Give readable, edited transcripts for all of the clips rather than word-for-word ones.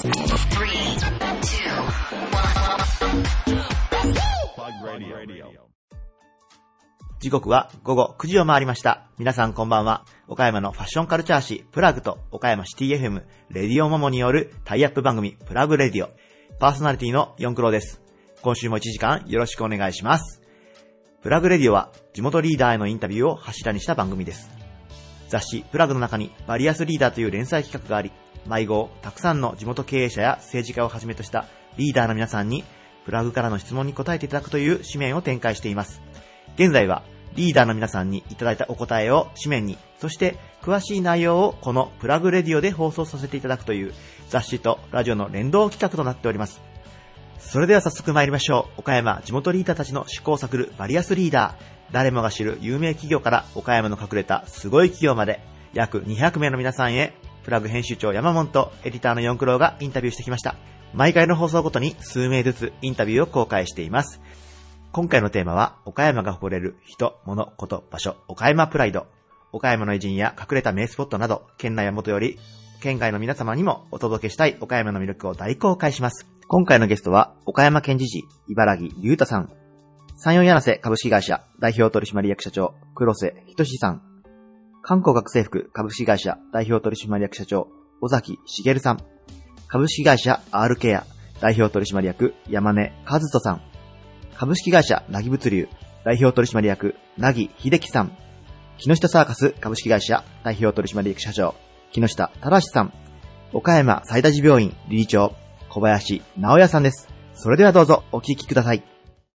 時刻は午後9時を回りました。皆さんこんばんは。岡山のファッションカルチャー誌プラグと岡山シティ FM レディオモモによるタイアップ番組プラグレディオ。パーソナリティの四九郎です。今週も1時間よろしくお願いします。プラグレディオは地元リーダーへのインタビューを柱にした番組です。雑誌プラグの中にバリアスリーダーという連載企画があり、毎号たくさんの地元経営者や政治家をはじめとしたリーダーの皆さんにプラグからの質問に答えていただくという紙面を展開しています。現在はリーダーの皆さんにいただいたお答えを紙面に、そして詳しい内容をこのプラグレディオで放送させていただくという雑誌とラジオの連動企画となっております。それでは早速参りましょう。岡山地元リーダーたちの思考を探るバリアスリーダー。誰もが知る有名企業から岡山の隠れたすごい企業まで約200名の皆さんへ、プラグ編集長山本とエディターの四九郎がインタビューしてきました。毎回の放送ごとに数名ずつインタビューを公開しています。今回のテーマは岡山が誇れる人、物、こと、場所、岡山プライド。岡山の偉人や隠れた名スポットなど、県内はもとより県外の皆様にもお届けしたい岡山の魅力を大公開します。今回のゲストは岡山県知事茨城隆太さん、山陽柳瀬株式会社代表取締役社長黒瀬仁さん、観光学生服株式会社代表取締役社長尾崎茂さん、株式会社 R ケア代表取締役山根和人さん、株式会社なぎ物流代表取締役なぎ秀樹さん、木下サーカス株式会社代表取締役社長木下忠さん、岡山最大寺病院理事長小林直也さんです。それではどうぞお聞きください。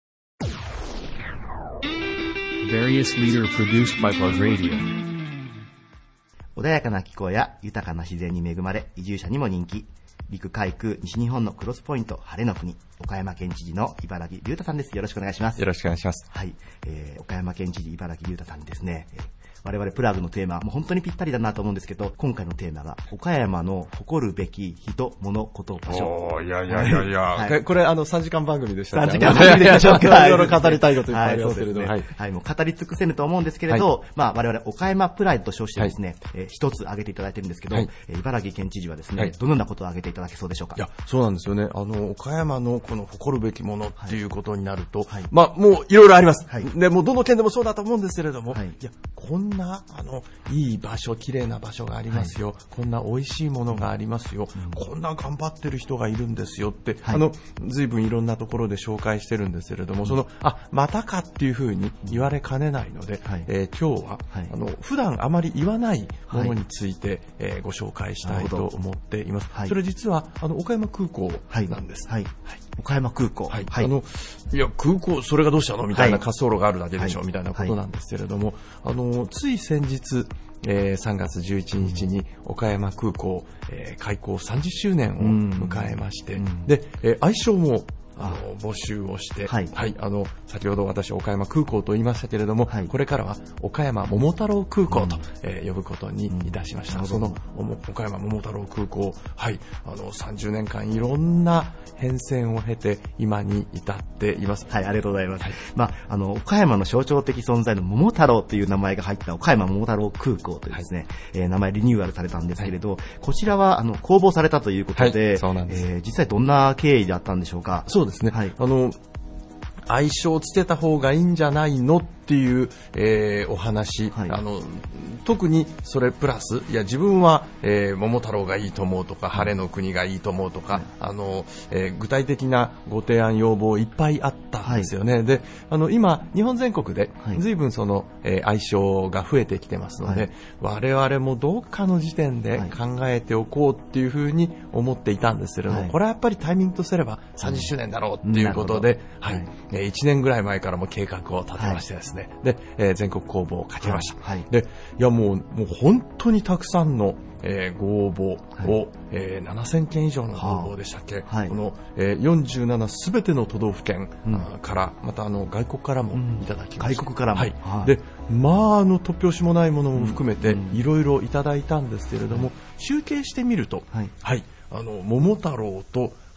穏やかな気候や豊かな自然に恵まれ、移住者にも人気、陸海空西日本のクロスポイント晴れの国、岡山県知事の茨城隆太さんです。よろしくお願いします。 よろしくお願いします。 はい、岡山県知事茨城隆太さんにですね、我々プラグのテーマもう本当にぴったりだなと思うんですけど、今回のテーマが岡山の誇るべき人、物、こと、場所。 いや、はい、これ3時間番組でしたね。 3時間番組でしょうか。 いろいろ語りたいこといっぱいありますけれども、 はい、もう語り尽くせると思うんですけれど、まあ我々岡山プライドと称してですね、一つ挙げていただいてるんですけど、茨城県知事はですね、どのようなことを挙げていただけそうでしょうか。 いや、そうなんですよね。岡山のこの誇るべきものっていうことになると、まあもういろいろあります。でもうどの県でもそうだと思うんですけれども、いやこんないい場所、綺麗な場所がありますよ、こんな美味しいものがありますよ、こんな頑張ってる人がいるんですよって、随分いろんなところで紹介してるんですけれども、またかっていうふうに言われかねないので、今日は、普段あまり言わないものについて、ご紹介したいと思っています。それ実は岡山空港なんです。 岡山空港。 いや、空港、それがどうしたのみたいな滑走路があるだけでしょ、みたいなことなんですけれども、つい先日、3月11日に岡山空港、開港30周年を迎えまして、で、愛称も募集をして、先ほど私岡山空港と言いましたけれども、これからは岡山桃太郎空港と、呼ぶことにいたしました。その岡山桃太郎空港、30年間いろんな変遷を経て今に至っています。 ありがとうございます。岡山の象徴的存在の桃太郎という名前が入った岡山桃太郎空港というですね、名前リニューアルされたんですけれど、こちらは公募されたということで、 そうなんです。 実際どんな経緯だったんでしょうか。 そうですね。愛称をつけた方がいいんじゃないのっていう、お話、特にそれプラス、いや自分は、桃太郎がいいと思うとか、晴れの国がいいと思うとか、具体的なご提案要望いっぱいあったんですよね。で、今日本全国で随分愛称が増えてきてますので、我々もどっかの時点で考えておこうっていうふうに思っていたんですけれども、これはやっぱりタイミングとすれば30周年だろうっていうことで、1年ぐらい前からも計画を立てましてですね、で、全国公募をかけました。で、いやもう本当にたくさんの、ご応募を、7000件以上のご応募でしたっけ、この、47すべての都道府県から、また外国からもいただきました。 外国からも。 で、突拍子もないものも含めていろいろいただいたんですけれども、集計してみると、桃太郎と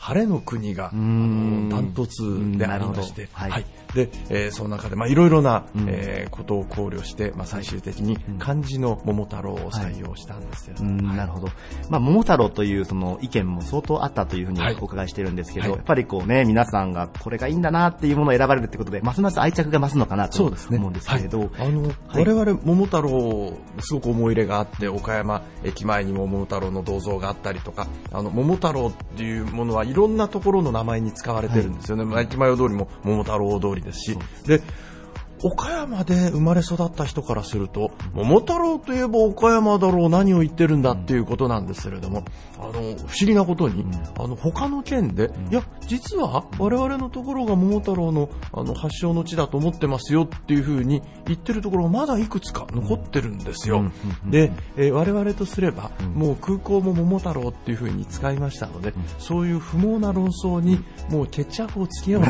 晴れの国がダントツでありまして、で、その中でいろいろな、ことを考慮して、最終的に漢字の桃太郎を採用したんですよ。 なるほど。桃太郎というその意見も相当あったというふうにお伺いしてるんですけど、やっぱりこうね、皆さんがこれがいいんだなっていうものを選ばれるってことで、ますます愛着が増すのかなと思うんですけれど、 我々桃太郎すごく思い入れがあって、岡山駅前にも桃太郎の銅像があったりとか、桃太郎っていうものはいろんなところの名前に使われてるんですよね。駅前通りも桃太郎通りですし、で岡山で生まれ育った人からすると、桃太郎といえば岡山だろう、何を言ってるんだっていうことなんですけれども、不思議なことに、他の県で、いや、実は我々のところが桃太郎の、発祥の地だと思ってますよっていうふうに言ってるところがまだいくつか残ってるんですよ。で、我々とすれば、もう空港も桃太郎っていうふうに使いましたので、そういう不毛な論争にもう決着をつけよう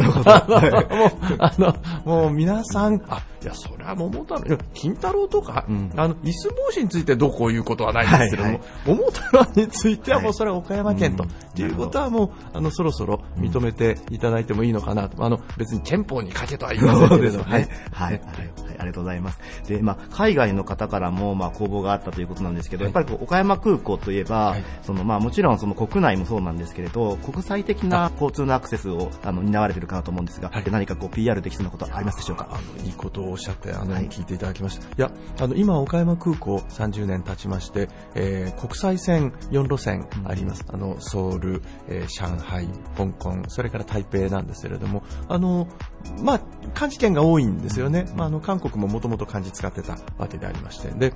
と。もう皆さん、いや、それは桃太郎、金太郎とか、椅子帽子についてどうこういうことはないんですけれども、桃太郎についてはもうそれは岡山県と、いうことはもう、そろそろ認めていただいてもいいのかなと。別に憲法に書けとは言いませんけれどもね。 ありがとうございます。で、海外の方からも、公募があったということなんですけど、やっぱり岡山空港といえば、もちろんその国内もそうなんですけれど、国際的な交通のアクセスを担われているかなと思うんですが、何かPR できそうなことはありますでしょうか？ いいことをおっしゃって、聞いていただきました。いや、今岡山空港30年経ちまして、国際線4路線あります。ソウル、上海、香港、それから台北なんですけれども、漢字圏が多いんですよね。韓国ももともと漢字使ってたわけでありまして、で、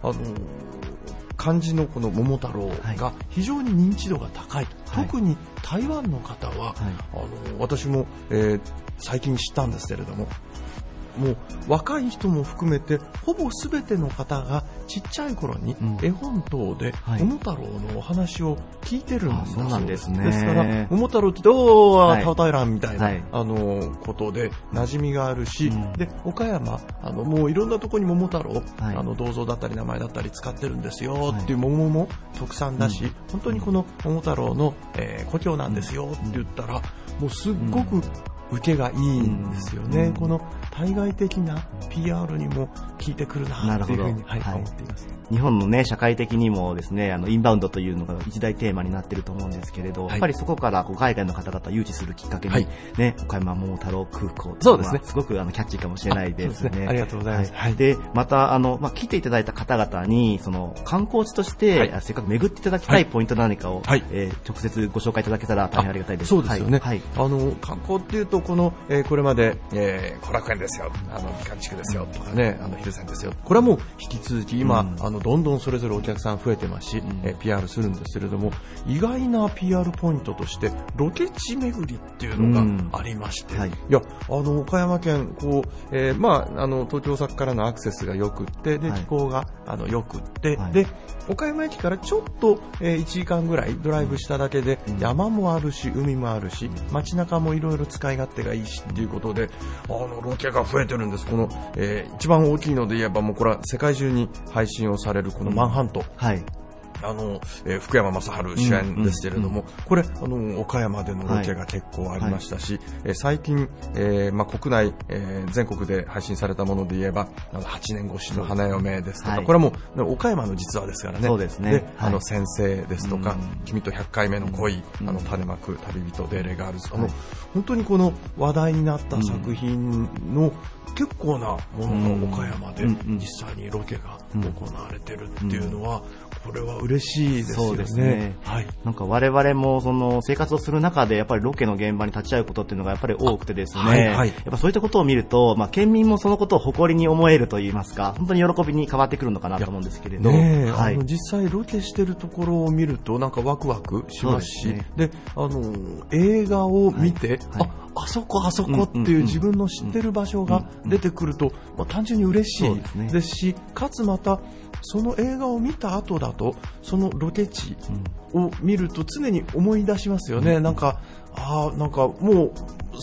漢字のこの桃太郎が非常に認知度が高い。特に台湾の方は、私も、最近知ったんですけれども、もう若い人も含めてほぼ全ての方がちっちゃい頃に絵本等で桃太郎のお話を聞いてるんだそうです。ですから桃太郎ってタオタイランみたいな、ことで馴染みがあるし、で岡山もういろんなところに桃太郎、銅像だったり名前だったり使ってるんですよっていう桃も特産だし、本当にこの桃太郎の、故郷なんですよって言ったらもうすっごく受けがいいんですよね。この対外的な PR にも効いてくるなというふうに、思っています。 日本のね、社会的にもですね、インバウンドというのが一大テーマになっていると思うんですけれど、やっぱりそこから海外の方々を誘致するきっかけに、ね、岡山桃太郎空港というのはすごくキャッチーかもしれないですね。 ありがとうございます。 で、また来ていただいた方々にその観光地として、せっかく巡っていただきたいポイント何かを、直接ご紹介いただけたら大変ありがたいです。 そうですよね。観光っていうとこれまで、後楽園ですよ、美観地区ですよとかね、蒜山ですよ。これはもう引き続き今、どんどんそれぞれお客さん増えてますし、PR するんですけれども、意外な PR ポイントとしてロケ地巡りっていうのがありまして、いや、岡山県東京大阪からのアクセスが良くって、で気候が良くって、で岡山駅からちょっと、1時間ぐらいドライブしただけで、山もあるし海もあるし街中もいろいろ使い勝手がいいしっていうことで、ロケが増えてるんです。この、一番大きいので言えば、もうこれは世界中に配信をされるこのマンハント、福山雅治主演ですけれども、これ岡山でのロケが結構ありましたし、最近、国内、全国で配信されたもので言えば8年越しの花嫁ですとか、これはもう岡山の実話ですからね。 そうですね。 で、先生ですとか、君と100回目の恋、種まく旅人デーレガールズ、本当にこの話題になった作品の結構なものが岡山で実際にロケが行われてるっていうのは、これは嬉しいですよね。そうですね。なんか我々もその生活をする中でやっぱりロケの現場に立ち会うことっていうのがやっぱり多くてですね。やっぱそういったことを見ると、県民もそのことを誇りに思えるといいますか、本当に喜びに変わってくるのかなと思うんですけれど。 実際ロケしてるところを見るとなんかワクワクしますし、で、映画を見て、あそこあそこっていう自分の知ってる場所が出てくると、単純に嬉しいですし、かつまたその映画を見た後だとそのロケ地を見ると常に思い出しますよね。なんかもう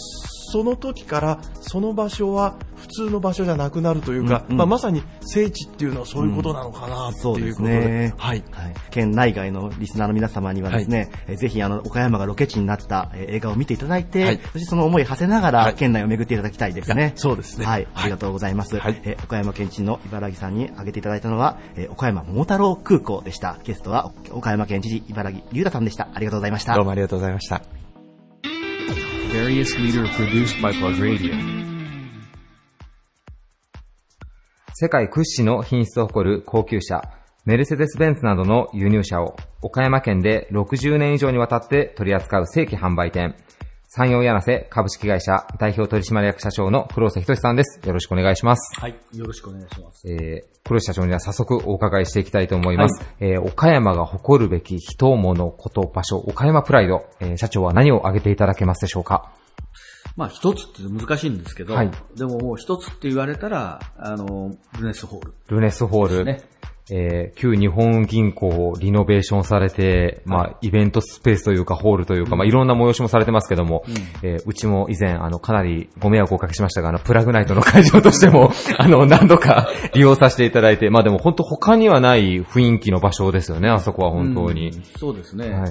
その時からその場所は普通の場所じゃなくなるというか、まさに聖地っていうのはそういうことなのかなっていうことで、はい。 県内外のリスナーの皆様にはですね、ぜひ岡山がロケ地になった映画を見ていただいて、そしてその思いを馳せながら県内を巡っていただきたいですね。 そうですね。 はい、ありがとうございます。岡山県知の茨城さんに挙げていただいたのは、岡山桃太郎空港でした。ゲストは岡山県知事茨城龍太さんでした。ありがとうございました。 どうもありがとうございました。 世界屈指の品質を誇る高級車、メルセデス・ベンツなどの輸入車を岡山県で60年以上にわたって取り扱う正規販売店、山陽柳瀬株式会社代表取締役社長の黒瀬仁さんです。よろしくお願いします。 はい、よろしくお願いします。 黒瀬社長には早速お伺いしていきたいと思います。岡山が誇るべき人、物、こと、場所、岡山プライド、社長は何を挙げていただけますでしょうか？ まあ一つって難しいんですけど、でももう一つって言われたら、ルネスホール。 ルネスホール。ね。旧日本銀行をリノベーションされて、イベントスペースというかホールというか、いろんな催しもされてますけども、うちも以前、かなりご迷惑をおかけしましたが、プラグナイトの会場としても、何度か利用させていただいて、でも本当他にはない雰囲気の場所ですよね、あそこは本当に。 そうですね。はい。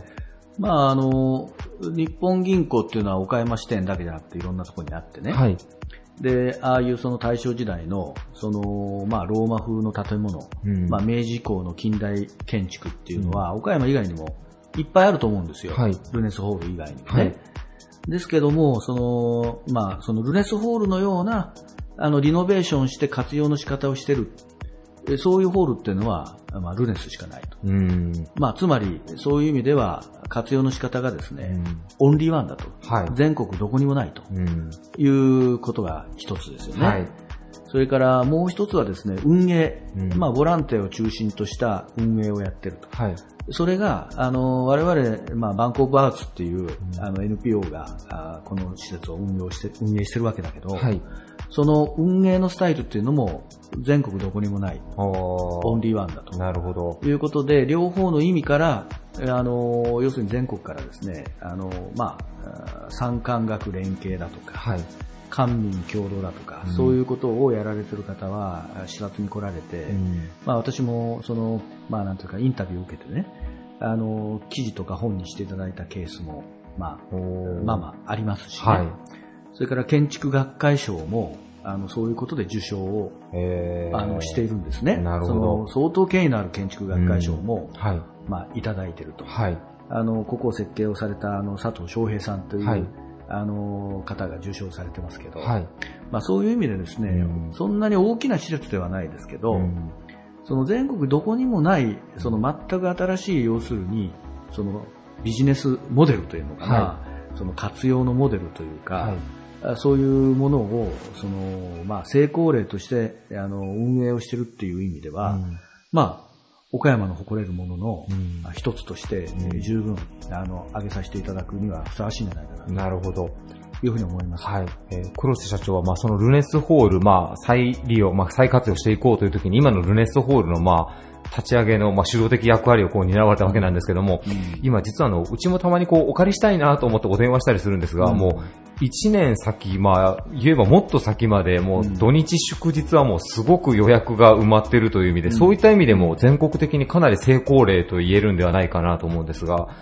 日本銀行っていうのは岡山支店だけじゃなくていろんなところにあってね。はい。で、ああいうその大正時代の、ローマ風の建物、明治以降の近代建築っていうのは、岡山以外にもいっぱいあると思うんですよ。はい。ルネスホール以外にもね。はい。ですけども、そのルネスホールのような、リノベーションして活用の仕方をしてる。そういうホールっていうのは、ルネスしかないと。つまり、そういう意味では、活用の仕方がですね、オンリーワンだと。はい。全国どこにもないと。いうことが一つですよね。はい。それからもう一つはですね、運営。ボランティアを中心とした運営をやってると。はい。それが、我々、バンクオブアーツっていう、NPO が、この施設を運営してるわけだけど、はい。その運営のスタイルっていうのも全国どこにもない。オンリーワンだと。なるほど。いうことで、両方の意味から、要するに全国からですね、産官学連携だとか、はい。官民共同だとか、そういうことをやられてる方は視察に来られて、私もなんていうかインタビューを受けてね、記事とか本にしていただいたケースも、ありますしね。はい。それから建築学会賞も、そういうことで受賞を、しているんですね。なるほど。相当権威のある建築学会賞も、はい。いただいていると。はい。ここを設計をされた、佐藤翔平さんという、はい。方が受賞されてますけど、はい。そういう意味でですね、そんなに大きな施設ではないですけど、その全国どこにもない、その全く新しい、要するに、そのビジネスモデルというのかな、はい、その活用のモデルというか、はい、そういうものを、成功例として、運営をしているっていう意味では、岡山の誇れるものの一つとして、十分、挙げさせていただくにはふさわしいんじゃないかな。なるほど。いうふうに思います。はい。 黒瀬社長は、そのルネスホール、再利用、再活用していこうというときに、今のルネスホールの、立ち上げの、主導的役割を担われたわけなんですけども、今実はうちもたまにお借りしたいなと思ってお電話したりするんですが、もう、1年先、言えばもっと先まで、もう土日祝日はもうすごく予約が埋まっているという意味で、そういった意味でも全国的にかなり成功例と言えるんではないかなと思うんですが。はい。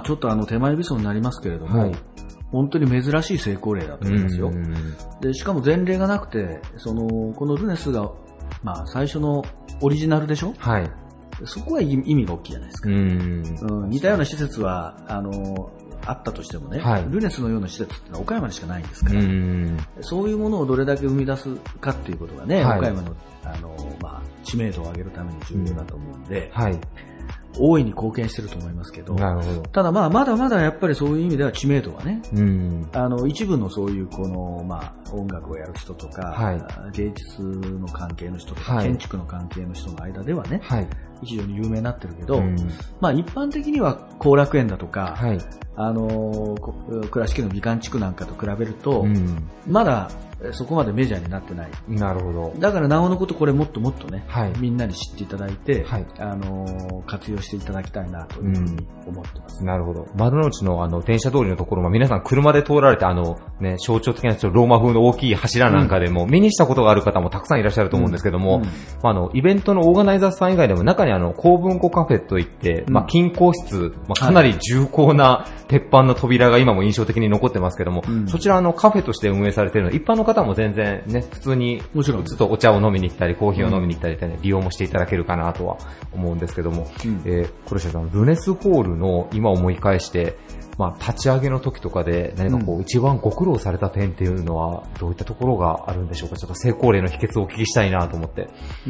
ちょっと手前味噌になりますけれども、はい、本当に珍しい成功例だと思いますよ。で、しかも前例がなくて、このルネスが、最初のオリジナルでしょ？はい。そこは意味が大きいじゃないですか。似たような施設は、あったとしてもね、はい、ルネスのような施設ってのは岡山にしかないんですから、そういうものをどれだけ生み出すかっていうことがね、はい、岡山の、知名度を上げるために重要だと思うんで、はい、大いに貢献してると思いますけど、なるほど。ただまだまだやっぱりそういう意味では知名度はね、一部のそういう音楽をやる人とか、はい、芸術の関係の人とか、建築の関係の人の間ではね、はい、 非常に有名になってるけど、まあ一般的には後楽園だとか、はい、倉敷の美観地区なんかと比べると、まだそこまでメジャーになってない。 なるほど。 だからなおのことこれもっともっとね、はい、みんなに知っていただいて、はい、活用していただきたいなというふうに思ってます。 なるほど。丸の内の電車通りのところも皆さん車で通られてね、象徴的なローマ風の大きい柱なんかでも目にしたことがある方もたくさんいらっしゃると思うんですけども、イベントのオーガナイザーさん以外でも中に公文庫カフェといって、金庫室、かなり重厚な鉄板の扉が今も印象的に残ってますけども、そちらカフェとして運営されているので、一般の方も全然ね、普通にちょっとお茶を飲みに行ったりコーヒーを飲みに行ったりね、利用もしていただけるかなとは思うんですけども、黒石さん、ルネスホールの今思い返して、立ち上げの時とかで何か一番ご苦労された点っていうのはどういったところがあるんでしょうか。ちょっと成功例の秘訣をお聞きしたいなと思って。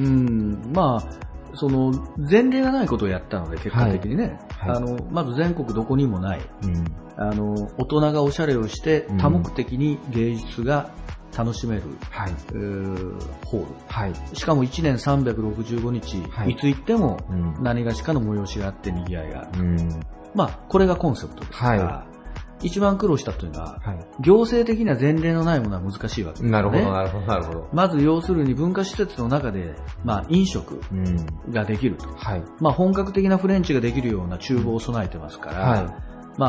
前例がないことをやったので、結果的にね、はい、まず全国どこにもない、大人がおしゃれをして多目的に芸術が楽しめる、ホール、はい、しかも1年365日、いつ行っても何がしかの催しがあって賑わいがある、これがコンセプトですから、一番苦労したというのは、行政的には前例のないものは難しいわけですね。 なるほど、なるほど、なるほど。 まず要するに文化施設の中で、飲食ができると。本格的なフレンチができるような厨房を備えてますから、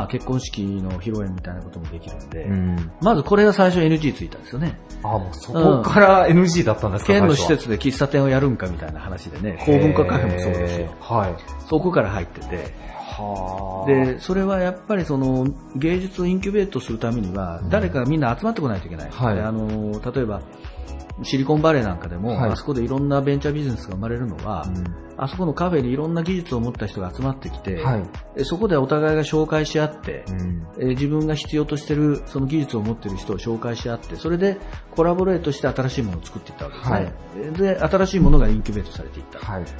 結婚式の披露宴みたいなこともできるので、まずこれが最初 NG ついたんですよね。 もうそこから NG だったんですか。 県の施設で喫茶店をやるんかみたいな話でね、公文化カフェもそうですよ。そこから入ってて、で、それはやっぱり芸術をインキュベートするためには、誰かがみんな集まってこないといけない。例えば、シリコンバレーなんかでも、あそこでいろんなベンチャービジネスが生まれるのは、あそこのカフェにいろんな技術を持った人が集まってきて、そこでお互いが紹介し合って、自分が必要としているその技術を持っている人を紹介し合って、それでコラボレートして新しいものを作っていったわけですね。で、新しいものがインキュベートされていった。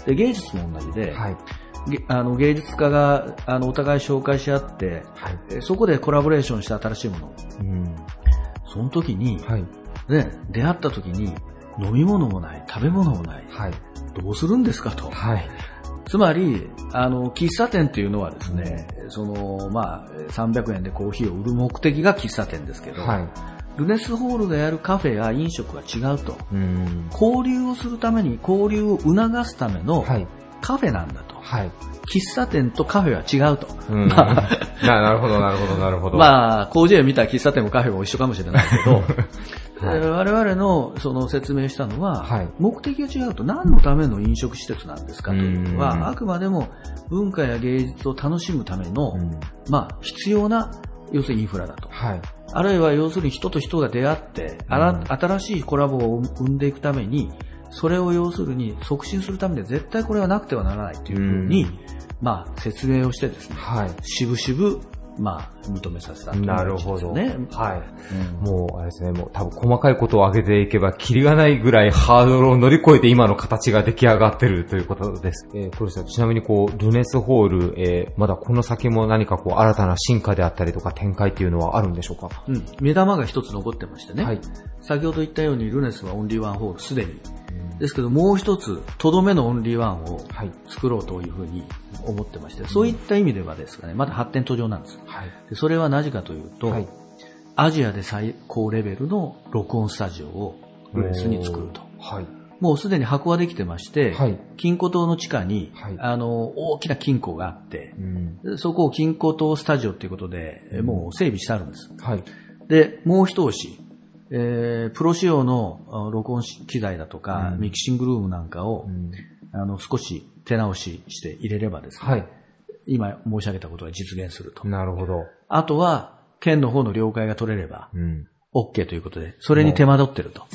で、芸術も同じで、芸術家がお互い紹介し合って、そこでコラボレーションした新しいもの、その時に、出会った時に飲み物もない、食べ物もない、どうするんですかと。つまり喫茶店っていうのはですね、300円でコーヒーを売る目的が喫茶店ですけど、ルネスホールがやるカフェや飲食は違うと。交流をするために、交流を促すためのカフェなんだと。喫茶店とカフェは違うと。 なるほど、なるほど、なるほど。 広辞苑見たら喫茶店もカフェも一緒かもしれないけど、我々の説明したのは、目的が違うと。何のための飲食施設なんですかというのは、あくまでも文化や芸術を楽しむための、必要な、要するにインフラだと。あるいは要するに人と人が出会って、新しいコラボを生んでいくために、それを要するに促進するためには絶対これはなくてはならないというふうに、説明をしてですね、しぶしぶ、認めさせたということですよね。 なるほど。もう、あれですね、もう多分細かいことを挙げていけば、キリがないぐらいハードルを乗り越えて今の形が出来上がっているということです。黒石さん、ちなみにルネスホール、まだこの先も何か新たな進化であったりとか展開っていうのはあるんでしょうか。 目玉が一つ残ってましてね。先ほど言ったように、ルネスはオンリーワンホールすでに。ですけど、もう一つ、とどめのオンリーワンを作ろうというふうに思ってまして、そういった意味ではですね、まだ発展途上なんです。でそれは何かというと、アジアで最高レベルの録音スタジオをルネスに作ると。もうすでに箱はできてまして、金庫島の地下に、大きな金庫があって、そこを金庫島スタジオということで、もう整備してあるんです。で、もう一押し、プロ仕様の録音機材だとか、ミキシングルームなんかを、少し手直しして入れればですね、今申し上げたことが実現すると。 なるほど。 あとは、県の方の了解が取れれば、OK ということで、それに手間取ってると。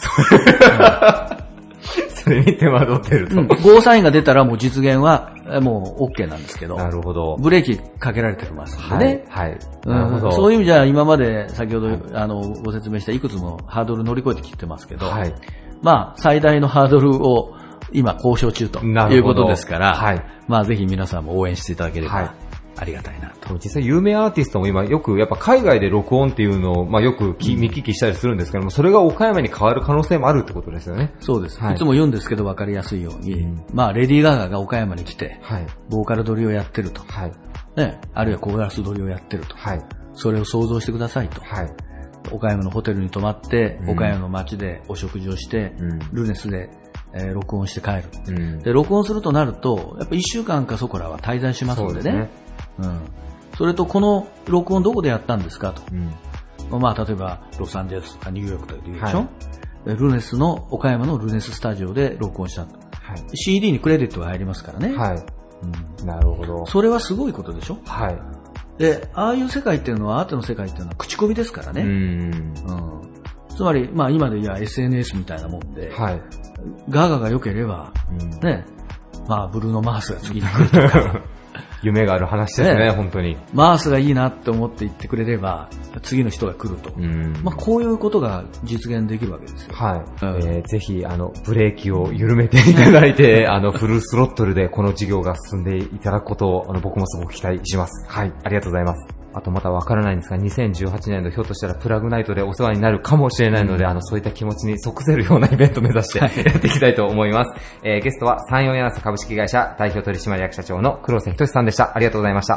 それに手間取ってると。 ゴーサインが出たらもう実現はもう OK なんですけど。 なるほど。 ブレーキかけられてますんでね。 なるほど。 そういう意味じゃ今まで先ほど、ご説明したいくつもハードル乗り越えてきてますけど、最大のハードルを今交渉中ということですから、ぜひ皆さんも応援していただければ、 ありがたいなと。 実際有名アーティストも今よくやっぱ海外で録音っていうのをよく見聞きしたりするんですけども、それが岡山に変わる可能性もあるってことですよね。 そうです。いつも言うんですけど分かりやすいように、レディー・ガガが岡山に来て、ボーカル撮りをやってると。あるいはコーラス撮りをやってると。それを想像してくださいと。岡山のホテルに泊まって、岡山の街でお食事をして、ルネスで、録音して帰る、で、録音するとなると、やっぱ1週間かそこらは滞在しますのでね。それと、この録音どこでやったんですかと。例えば、ロサンゼルスとかニューヨークとかで言うでしょ、ルネスの、岡山のルネススタジオで録音したと。CD にクレジットが入りますからね。 なるほど。 それはすごいことでしょ。で、ああいう世界っていうのは、アートの世界っていうのは口コミですからね。つまり、今で言えば SNS みたいなもんで、ガガが良ければ、ね、ブルーノ・マースが次に来るとか。 夢がある話ですね、本当に。 マースがいいなって思って言ってくれれば、次の人が来ると。こういうことが実現できるわけですよ。 ぜひ、ブレーキを緩めていただいて、フルスロットルでこの事業が進んでいただくことを、僕もすごく期待します。ありがとうございます。あとまたわからないんですが、2018年度ひょっとしたらプラグナイトでお世話になるかもしれないので、そういった気持ちに即せるようなイベントを目指してやっていきたいと思います。ゲストは三洋柳瀬株式会社代表取締役社長の黒瀬仁さんでした。ありがとうございました。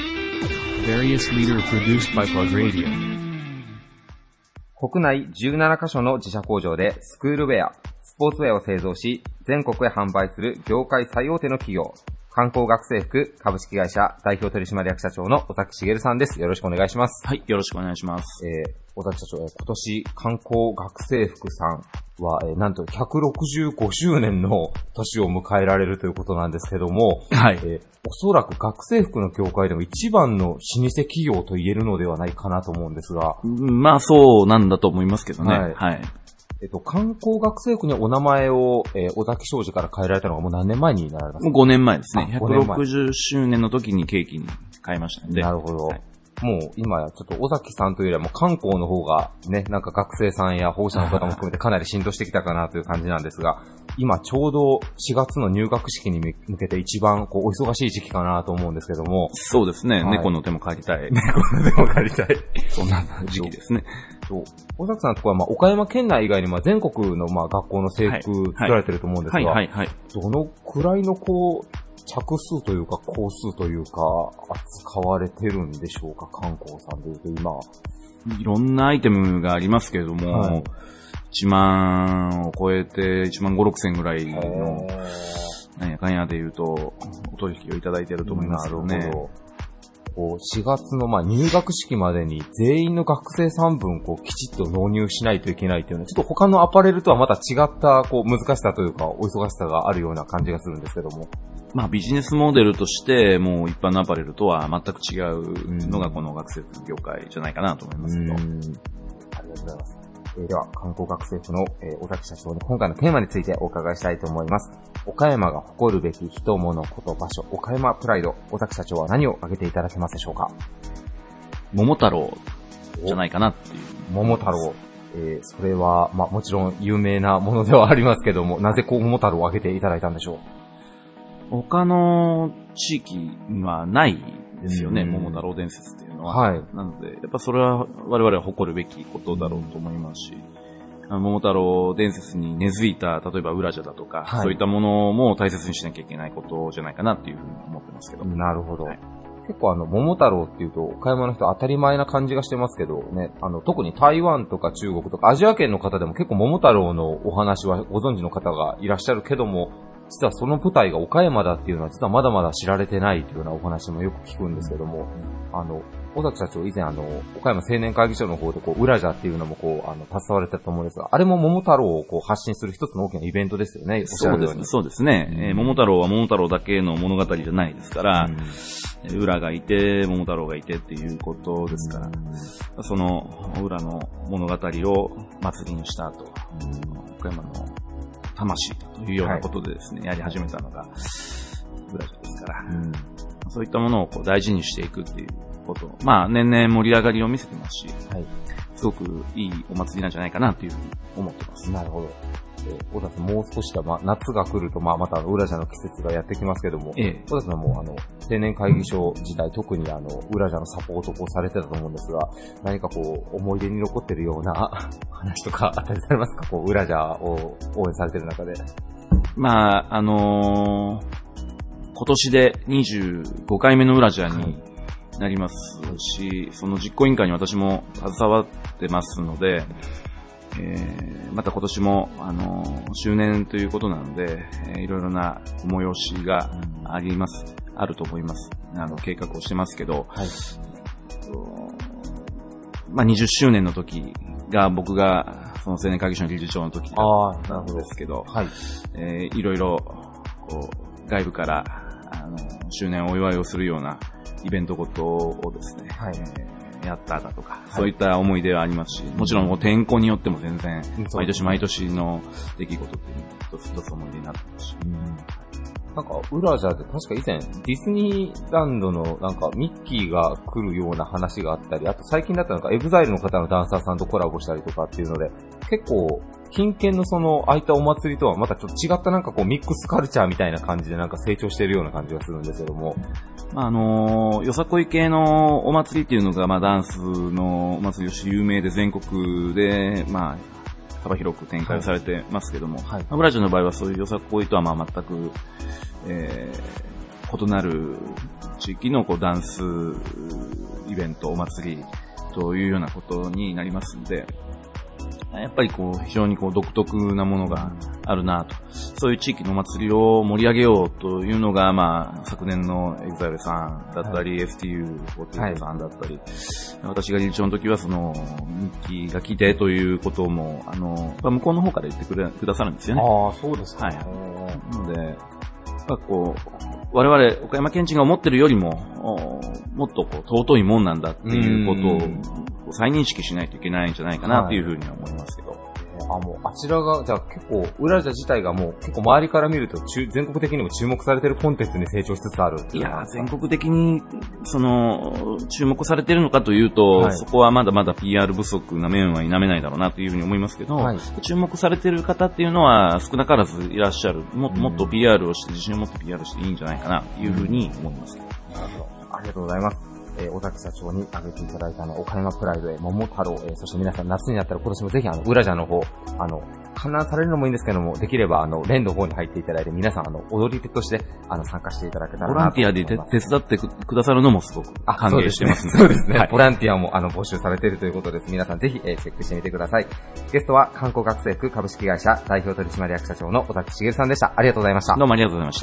国内17カ所の自社工場でスクールウェア、スポーツウェアを製造し、全国へ販売する業界最大手の企業。観光学生服株式会社代表取締役社長の尾崎茂さんです。よろしくお願いします。 よろしくお願いします。 尾崎社長、今年観光学生服さんは、なんと165周年の年を迎えられるということなんですけども、おそらく学生服の業界でも一番の老舗企業と言えるのではないかなと思うんですが。 そうなんだと思いますけどね。 観光学生服にお名前を、尾崎商事から変えられたのがもう何年前になられますか？ もう5年前ですね。160周年の時にケーキに変えましたんで。 なるほど。もう今やちょっと尾崎さんというよりはもう観光の方がね、なんか学生さんや保護者の方も含めてかなり浸透してきたかなという感じなんですが、今ちょうど4月の入学式に向けて一番お忙しい時期かなと思うんですけども。 そうですね。猫の手も借りたい。 猫の手も借りたい。 そんな時期ですね。 尾崎さんのところは岡山県内以外に全国の学校の制服作られてると思うんですが、どのくらいの着数というか、工数というか、扱われてるんでしょうか、観光さんでいうと今。 いろんなアイテムがありますけれども、1万を超えて、1万5、6千ぐらいの、なんやかんやでいうと、お取引をいただいていると思いますよね。なるほど。 4月の入学式までに全員の学生さん分きちっと納入しないといけないというのは、ちょっと他のアパレルとはまた違った難しさというか、お忙しさがあるような感じがするんですけども。 ビジネスモデルとして、もう一般のアパレルとは全く違うのがこの学生服業界じゃないかなと思いますけど。ありがとうございます。では、観光学生服の尾崎社長に今回のテーマについてお伺いしたいと思います。岡山が誇るべき人物こと場所、岡山プライド、尾崎社長は何を挙げていただけますでしょうか？ 桃太郎じゃないかなっていう。 桃太郎。それは、もちろん有名なものではありますけども、なぜ桃太郎を挙げていただいたんでしょう？ 他の地域にはないですよね、桃太郎伝説っていうのは。なので、やっぱそれは我々は誇るべきことだろうと思いますし、桃太郎伝説に根付いた、例えば裏社だとか、そういったものも大切にしなきゃいけないことじゃないかなっていうふうに思ってますけど。 なるほど。結構桃太郎っていうと、岡山の人当たり前な感じがしてますけどね、特に台湾とか中国とかアジア圏の方でも結構桃太郎のお話はご存知の方がいらっしゃるけども、実はその舞台が岡山だっていうのは実はまだまだ知られてないというようなお話もよく聞くんですけども、尾崎社長以前岡山青年会議所の方で裏社っていうのも携われたと思うんですが、あれも桃太郎を発信する一つの大きなイベントですよね。 そうですね。桃太郎は桃太郎だけの物語じゃないですから、裏がいて、桃太郎がいてっていうことですから、その裏の物語を祭りにした後、岡山の魂というようなことでですね、やり始めたのが裏社ですから、そういったものを大事にしていくっていうこと、年々盛り上がりを見せてますし、すごくいいお祭りなんじゃないかなというふうに思ってます。 なるほど。 小田さんもう少しは、夏が来ると、またウラジャの季節がやってきますけども、小田さんも青年会議所時代、特にウラジャのサポートをされてたと思うんですが、何か思い出に残ってるような話とかあったりされますか？ウラジャを応援されてる中で。 今年で25回目のウラジャになりますし、その実行委員会に私も携わってますので、また今年も、周年ということなので、いろいろな催しがあると思います。計画をしてますけど、20周年の時が僕が、その青年会議所の理事長の時なんですけど、いろいろ、外部から、周年お祝いをするようなイベントごとをですね、やっただとか、そういった思い出はありますし、もちろん天候によっても全然、毎年毎年の出来事っていうのが一つ思い出になってますし。 なんか、ウラジャで確か以前、ディズニーランドのなんかミッキーが来るような話があったり、あと最近だったらなんかエグザイルの方のダンサーさんとコラボしたりとかっていうので、結構、近県の空いたお祭りとはまたちょっと違ったなんかミックスカルチャーみたいな感じでなんか成長しているような感じがするんですけども。 よさこい系のお祭りっていうのが、ダンスのお祭りとして有名で全国で、幅広く展開されてますけども、ウラジャの場合はそういうよさこいとは全く、異なる地域のダンスイベント、お祭りというようなことになりますので、やっぱり非常に独特なものがあるなと。そういう地域のお祭りを盛り上げようというのが、昨年のEXILEさんだったり、STU48 さんだったり、私が理事長の時はミッキーが来てということも、向こうの方から言ってくださるんですよね。 そうですか。 なので、我々、岡山県人が思ってるよりも、もっと尊いもんなんだっていうことを再認識しないといけないんじゃないかなっていうふうには思いますけど。 もうあちらが、じゃあ結構、ウラジャ自体がもう結構周りから見ると全国的にも注目されてるコンテンツに成長しつつある。 いや、全国的に、注目されてるのかというと、そこはまだまだ PR 不足な面は否めないだろうなというふうに思いますけど、注目されてる方っていうのは少なからずいらっしゃる。もっと PR をして、自信を持って PR していいんじゃないかなというふうに思います。 なるほど。ありがとうございます。尾崎社長に挙げていただいた岡山プライドへ桃太郎、そして皆さん夏になったら今年もぜひウラジャの方、観覧されるのもいいんですけども、できれば連の方に入っていただいて皆さん踊り手として参加していただけたらなと。 ボランティアで手伝ってくださるのもすごく歓迎してますね。 そうですね。ボランティアも募集されているということです。皆さんぜひチェックしてみてください。ゲストは観光学生服株式会社代表取締役社長の尾崎茂さんでした。ありがとうございました。 どうもありがとうございました。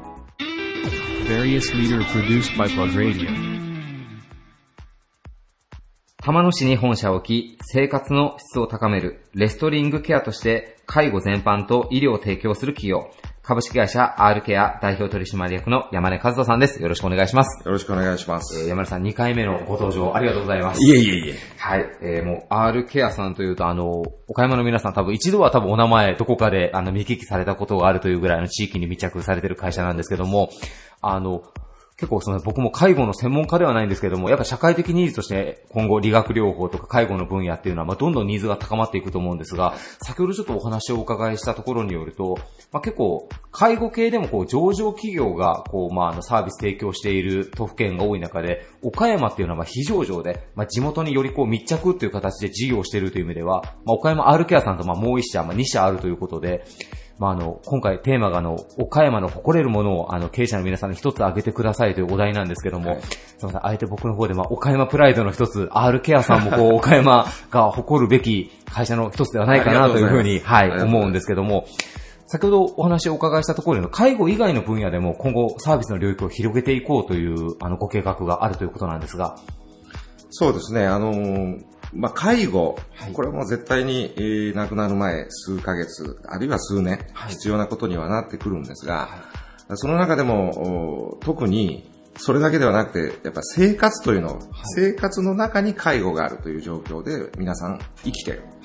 玉野市に本社を置き、生活の質を高めるレストリングケアとして介護全般と医療を提供する企業、株式会社 R ケア代表取締役の山根和人さんです。よろしくお願いします。 よろしくお願いします。 山根さん2回目のご登場ありがとうございます。 いえいえいえ。 はい。もう R ケアさんというと岡山の皆さん一度はお名前どこかで見聞きされたことがあるというぐらいの地域に密着されている会社なんですけども、結構僕も介護の専門家ではないんですけども、やっぱ社会的ニーズとして今後理学療法とか介護の分野っていうのはどんどんニーズが高まっていくと思うんですが、先ほどちょっとお話をお伺いしたところによると、結構介護系でも上場企業がサービス提供している都府県が多い中で、岡山っていうのは非上場で、地元により密着っていう形で事業をしているという意味では、岡山 R ケアさんともう一社、2社あるということで、今回テーマが岡山の誇れるものを経営者の皆さんに一つ挙げてくださいというお題なんですけども、すみません、あえて僕の方で岡山プライドの一つ、R ケアさんも岡山が誇るべき会社の一つではないかなというふうに、思うんですけども、先ほどお話をお伺いしたところで介護以外の分野でも今後サービスの領域を広げていこうというご計画があるということなんですが。 そうですね、介護、これはもう絶対に、亡くなる前数ヶ月、あるいは数年、必要なことにはなってくるんですが、その中でも、特に、それだけではなくて、やっぱ生活というの、生活の中に介護があるという状況で皆さん生きている。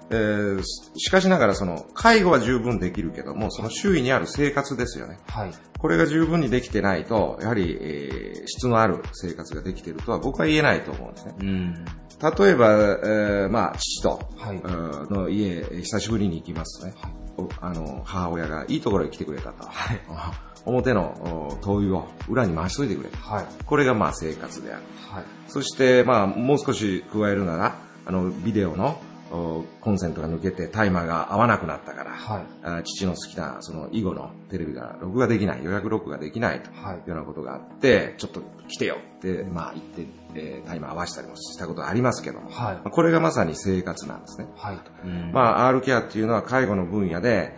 しかしながら介護は十分できるけども、その周囲にある生活ですよね。はい。これが十分にできてないと、やはり、質のある生活ができているとは僕は言えないと思うんですね。例えば、父と、の家、久しぶりに行きますとね、母親がいいところへ来てくれたと。はい。表の灯油を裏に回しといてくれた。はい。これが生活である。はい。そして、もう少し加えるなら、ビデオの、コンセントが抜けてタイマーが合わなくなったから、父の好きな囲碁のテレビが録画できない、予約録画できないというようなことがあって、ちょっと来てよって言って、タイマー合わせたりもしたことがありますけども、これがまさに生活なんですね。R ケアっていうのは介護の分野で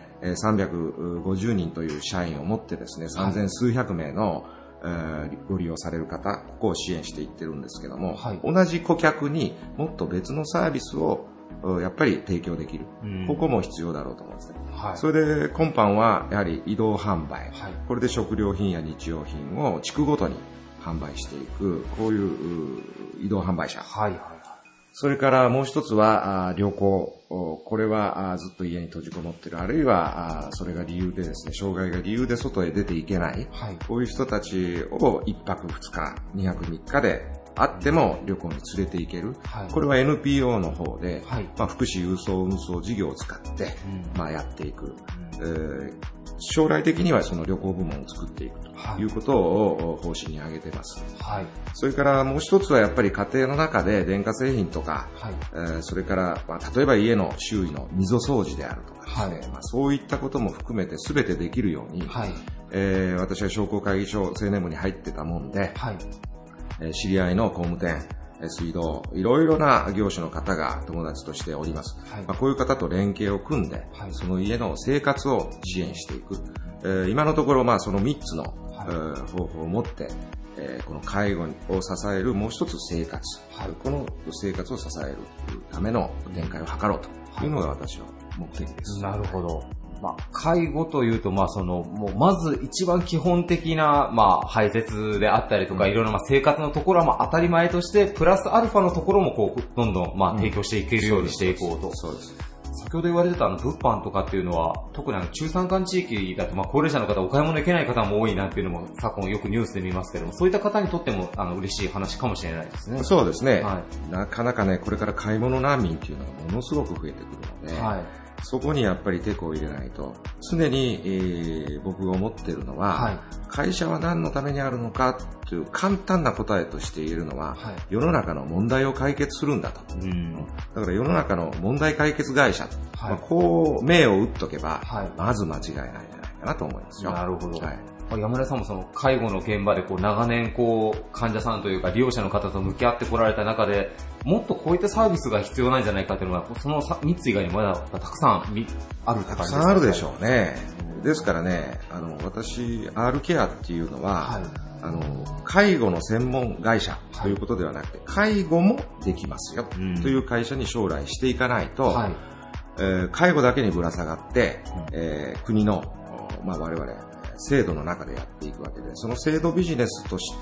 350人という社員を持ってですね、3000数百名のご利用される方、ここを支援していってるんですけども、同じ顧客にもっと別のサービスをやっぱり提供できる。ここも必要だろうと思うんですね。それで今般はやはり移動販売。これで食料品や日用品を地区ごとに販売していく、こういう移動販売車。それからもう一つは旅行。これはずっと家に閉じこもっている、あるいはそれが理由でですね、障害が理由で外へ出ていけない。こういう人たちを1泊2日、2泊3日であっても旅行に連れて行ける。これは NPO の方で、福祉輸送運送事業を使って、やっていく。将来的にはその旅行部門を作っていくということを方針に挙げています。それからもう一つはやっぱり家庭の中で電化製品とか、それから例えば家の周囲の溝掃除であるとかですね、そういったことも含めて全てできるように、私は商工会議所青年部に入ってたもんで、知り合いの工務店、水道、いろいろな業種の方が友達としております。こういう方と連携を組んで、その家の生活を支援していく。今のところ、その3つの、方法を持って、この介護を支えるもう一つ生活。この生活を支えるための展開を図ろうというのが私の目的です。 なるほど。介護というと、もうまず一番基本的な、排泄であったりとか、いろいろな生活のところは当たり前として、プラスアルファのところもどんどん提供していけるようにしていこうと。 そうです。 先ほど言われてた物販とかっていうのは、特に中山間地域だと、高齢者の方、お買い物行けない方も多いなっていうのも、昨今よくニュースで見ますけども、そういった方にとっても、嬉しい話かもしれないですね。 そうですね。なかなかね、これから買い物難民っていうのがものすごく増えてくるので、そこにやっぱりテコを入れないと、常に、僕が思っているのは、会社は何のためにあるのかという簡単な答えとして言えるのは、世の中の問題を解決するんだと。だから世の中の問題解決会社、こう銘を打っとけば、まず間違いないんじゃないかなと思いますよ。 なるほど。山村さんもその介護の現場で長年患者さんというか利用者の方と向き合ってこられた中で、もっとこういったサービスが必要なんじゃないかというのは、その3つ以外にまだたくさんあるって感じですか？ たくさんあるでしょうね。ですからね、私、R ケアっていうのは、介護の専門会社ということではなくて、介護もできますよという会社に将来していかないと、介護だけにぶら下がって、国の、我々、制度の中でやっていくわけで、その制度ビジネスとして、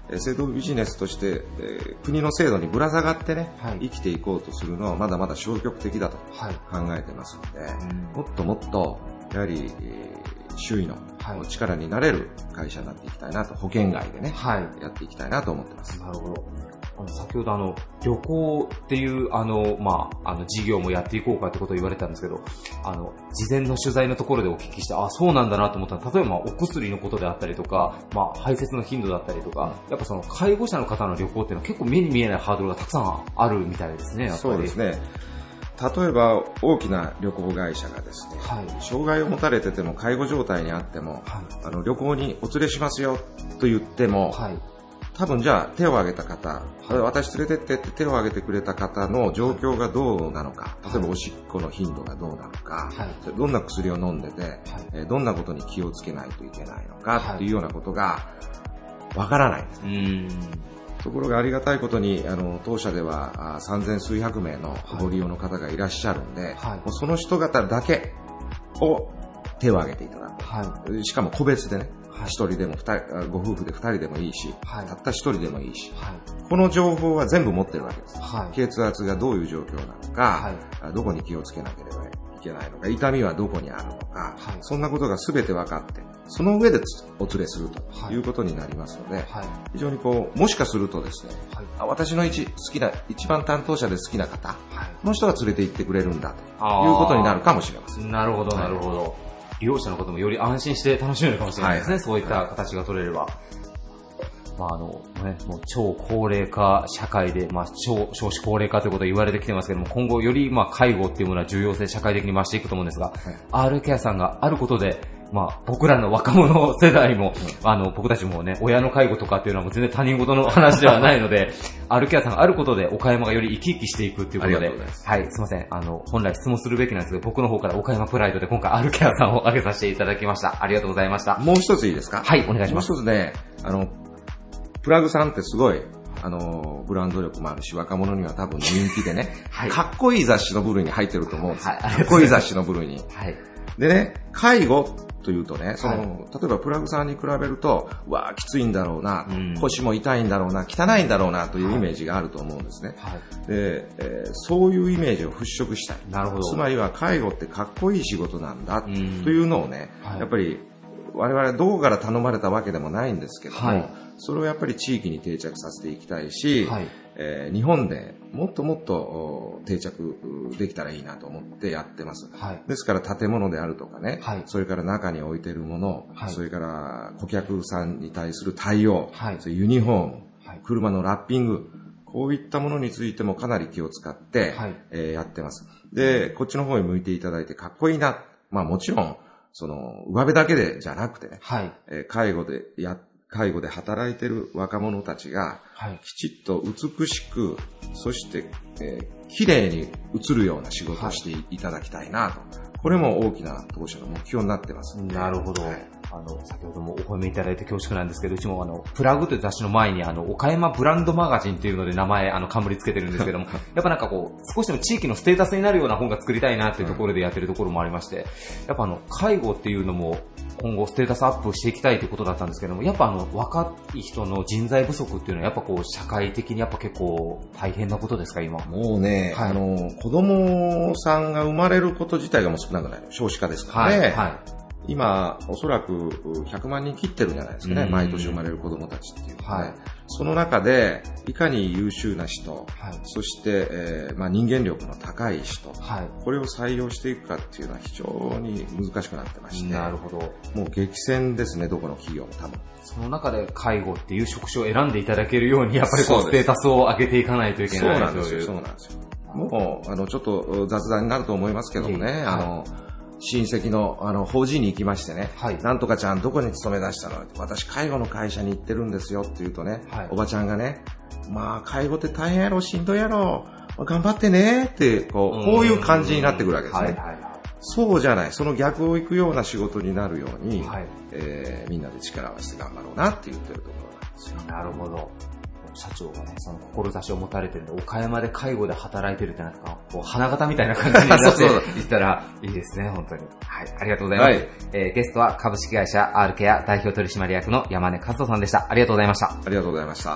国の制度にぶら下がってね、生きていこうとするのはまだまだ消極的だと考えてますので、もっともっと、やはり、周囲の力になれる会社になっていきたいなと、保険外でね、やっていきたいなと思ってます。 なるほど。先ほど旅行っていう事業もやっていこうかってことを言われたんですけど、事前の取材のところでお聞きして、そうなんだなと思ったら、例えばお薬のことであったりとか、排泄の頻度だったりとか、やっぱその介護者の方の旅行っていうのは結構目に見えないハードルがたくさんあるみたいですね、やっぱり。 そうですね。例えば大きな旅行会社がですね、障害を持たれてても介護状態にあっても、旅行にお連れしますよと言っても、多分じゃあ手を挙げた方、私連れてってって手を挙げてくれた方の状況がどうなのか、例えばおしっこの頻度がどうなのか、どんな薬を飲んでて、どんなことに気をつけないといけないのかっていうようなことがわからないんです。ところがありがたいことに当社では3000数百名のご利用の方がいらっしゃるんで、もうその人方だけを手を挙げていただく。はい、しかも個別でね、一人でもご夫婦で二人でもいいし、はい、たった一人でもいいし、はい、この情報は全部持ってるわけです。はい、血圧がどういう状況なのか、はい、どこに気をつけなければいけないのか、痛みはどこにあるのか、はい、そんなことが全て分かって、その上でお連れするということになりますので、はい、非常にもしかするとですね、はい、私の一番担当者で好きな方、はい、この人が連れて行ってくれるんだということになるかもしれません。 なるほど、なるほど。利用者のこともより安心して楽しめるかもしれないですね、はい、そういった形が取れれば。もう超高齢化社会で、少子高齢化ということを言われてきてますけども、今後より介護っていうものは重要性社会的に増していくと思うんですが、はい、Rケアさんがあることで、僕らの若者世代も、僕たちもね、親の介護とかっていうのはもう全然他人事の話ではないので、Rケアさんがあることで岡山がより生き生きしていくっていうことで、はい、すいません。本来質問するべきなんですけど、僕の方から岡山プライドで今回 Rケアさんを挙げさせていただきました。ありがとうございました。 もう一ついいですか？ はい、お願いします。 もう一つね、プラグさんってすごい、ブランド力もあるし、若者には多分人気でね、はい、かっこいい雑誌の部類に入ってると思うんですよ。はい、かっこいい雑誌の部類に。はい、でね、介護というとね、例えばプラグさんに比べると、きついんだろうな、腰も痛いんだろうな、汚いんだろうなというイメージがあると思うんですね。はい、で、そういうイメージを払拭したい。なるほど。つまりは介護ってかっこいい仕事なんだというのをね、やっぱり我々どこから頼まれたわけでもないんですけども、はい、それをやっぱり地域に定着させていきたいし、はい、日本でもっともっと定着できたらいいなと思ってやってます。はい、ですから建物であるとかね、はい、それから中に置いているもの、はい、それから顧客さんに対する対応、はい、それユニフォーム、はい、車のラッピング、こういったものについてもかなり気を使って、はい、やってます。で、こっちの方に向いていただいてかっこいいな。もちろん、上辺だけでじゃなくてね、はい、介護で働いている若者たちが、はい、きちっと美しく、そして、綺麗に映るような仕事をしていただきたいなと。これも大きな当社の目標になってます。 なるほど。はい、先ほどもお褒めいただいて恐縮なんですけど、うちもプラグという雑誌の前に岡山ブランドマガジンっていうので名前冠つけてるんですけども、やっぱ少しでも地域のステータスになるような本が作りたいなっていうところでやってるところもありまして、やっぱ介護っていうのも今後ステータスアップしていきたいということだったんですけども、やっぱ若い人の人材不足っていうのはやっぱ社会的にやっぱ結構大変なことですか、今。 もうね、はい、子供さんが生まれること自体がもう少なくない。少子化ですからね。はいはい、今、おそらく100万人切ってるんじゃないですかね。毎年生まれる子供たちっていうのはね。はい、その中で、いかに優秀な人、はい、そして、人間力の高い人、はい、これを採用していくかっていうのは非常に難しくなってまして。 なるほど。 もう激戦ですね、どこの企業も多分。 その中で介護っていう職種を選んでいただけるように、やっぱりステータスを上げていかないといけない。 そうなんですよ。そうなんですよ。もう、ちょっと雑談になると思いますけどもね、親戚の、法人に行きましてね、はい、なんとかちゃんどこに勤め出したの？私介護の会社に行ってるんですよって言うとね、はい、おばちゃんがね、介護って大変やろ、しんどいやろ、頑張ってねって、こういう感じになってくるわけですね。はいはいはい、そうじゃない、その逆を行くような仕事になるように、はい、みんなで力を合わせて頑張ろうなって言ってるところなんですよ。 なるほど。社長がね、その志を持たれてるんで、岡山で介護で働いてるってなんか、花形みたいな感じになっていったらいいですね、本当に。はい、ありがとうございます。はい、ゲストは株式会社 R ケア代表取締役の山根和人さんでした。ありがとうございました。 ありがとうございました。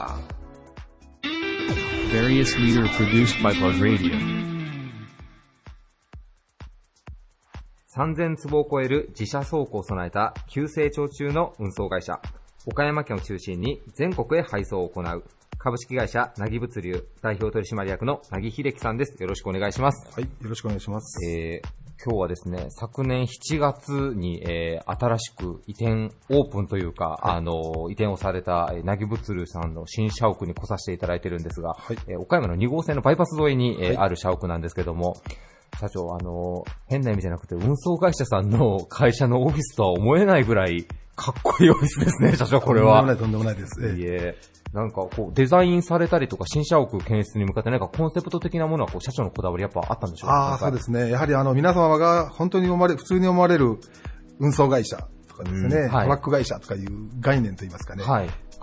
3000坪を超える自社倉庫を備えた急成長中の運送会社。岡山県を中心に全国へ配送を行う株式会社なぎ物流代表取締役のなぎ秀樹さんです。よろしくお願いします。 はい、よろしくお願いします。 今日はですね、昨年7月に、新しく移転オープンというか、はい、移転をされたなぎ物流さんの新社屋に来させていただいてるんですが、はい、岡山の2号線のバイパス沿いに、はい、ある社屋なんですけども、社長、変な意味じゃなくて運送会社さんの会社のオフィスとは思えないぐらいかっこいいオフィスですね、社長、これは。 とんでもないです。 いえ。なんかデザインされたりとか、新社屋建設に向かってなんかコンセプト的なものは社長のこだわりやっぱあったんでしょうか？ そうですね。やはり皆様が本当に普通に思われる運送会社とかですね、はい、トラック会社とかいう概念といいますかね。はい。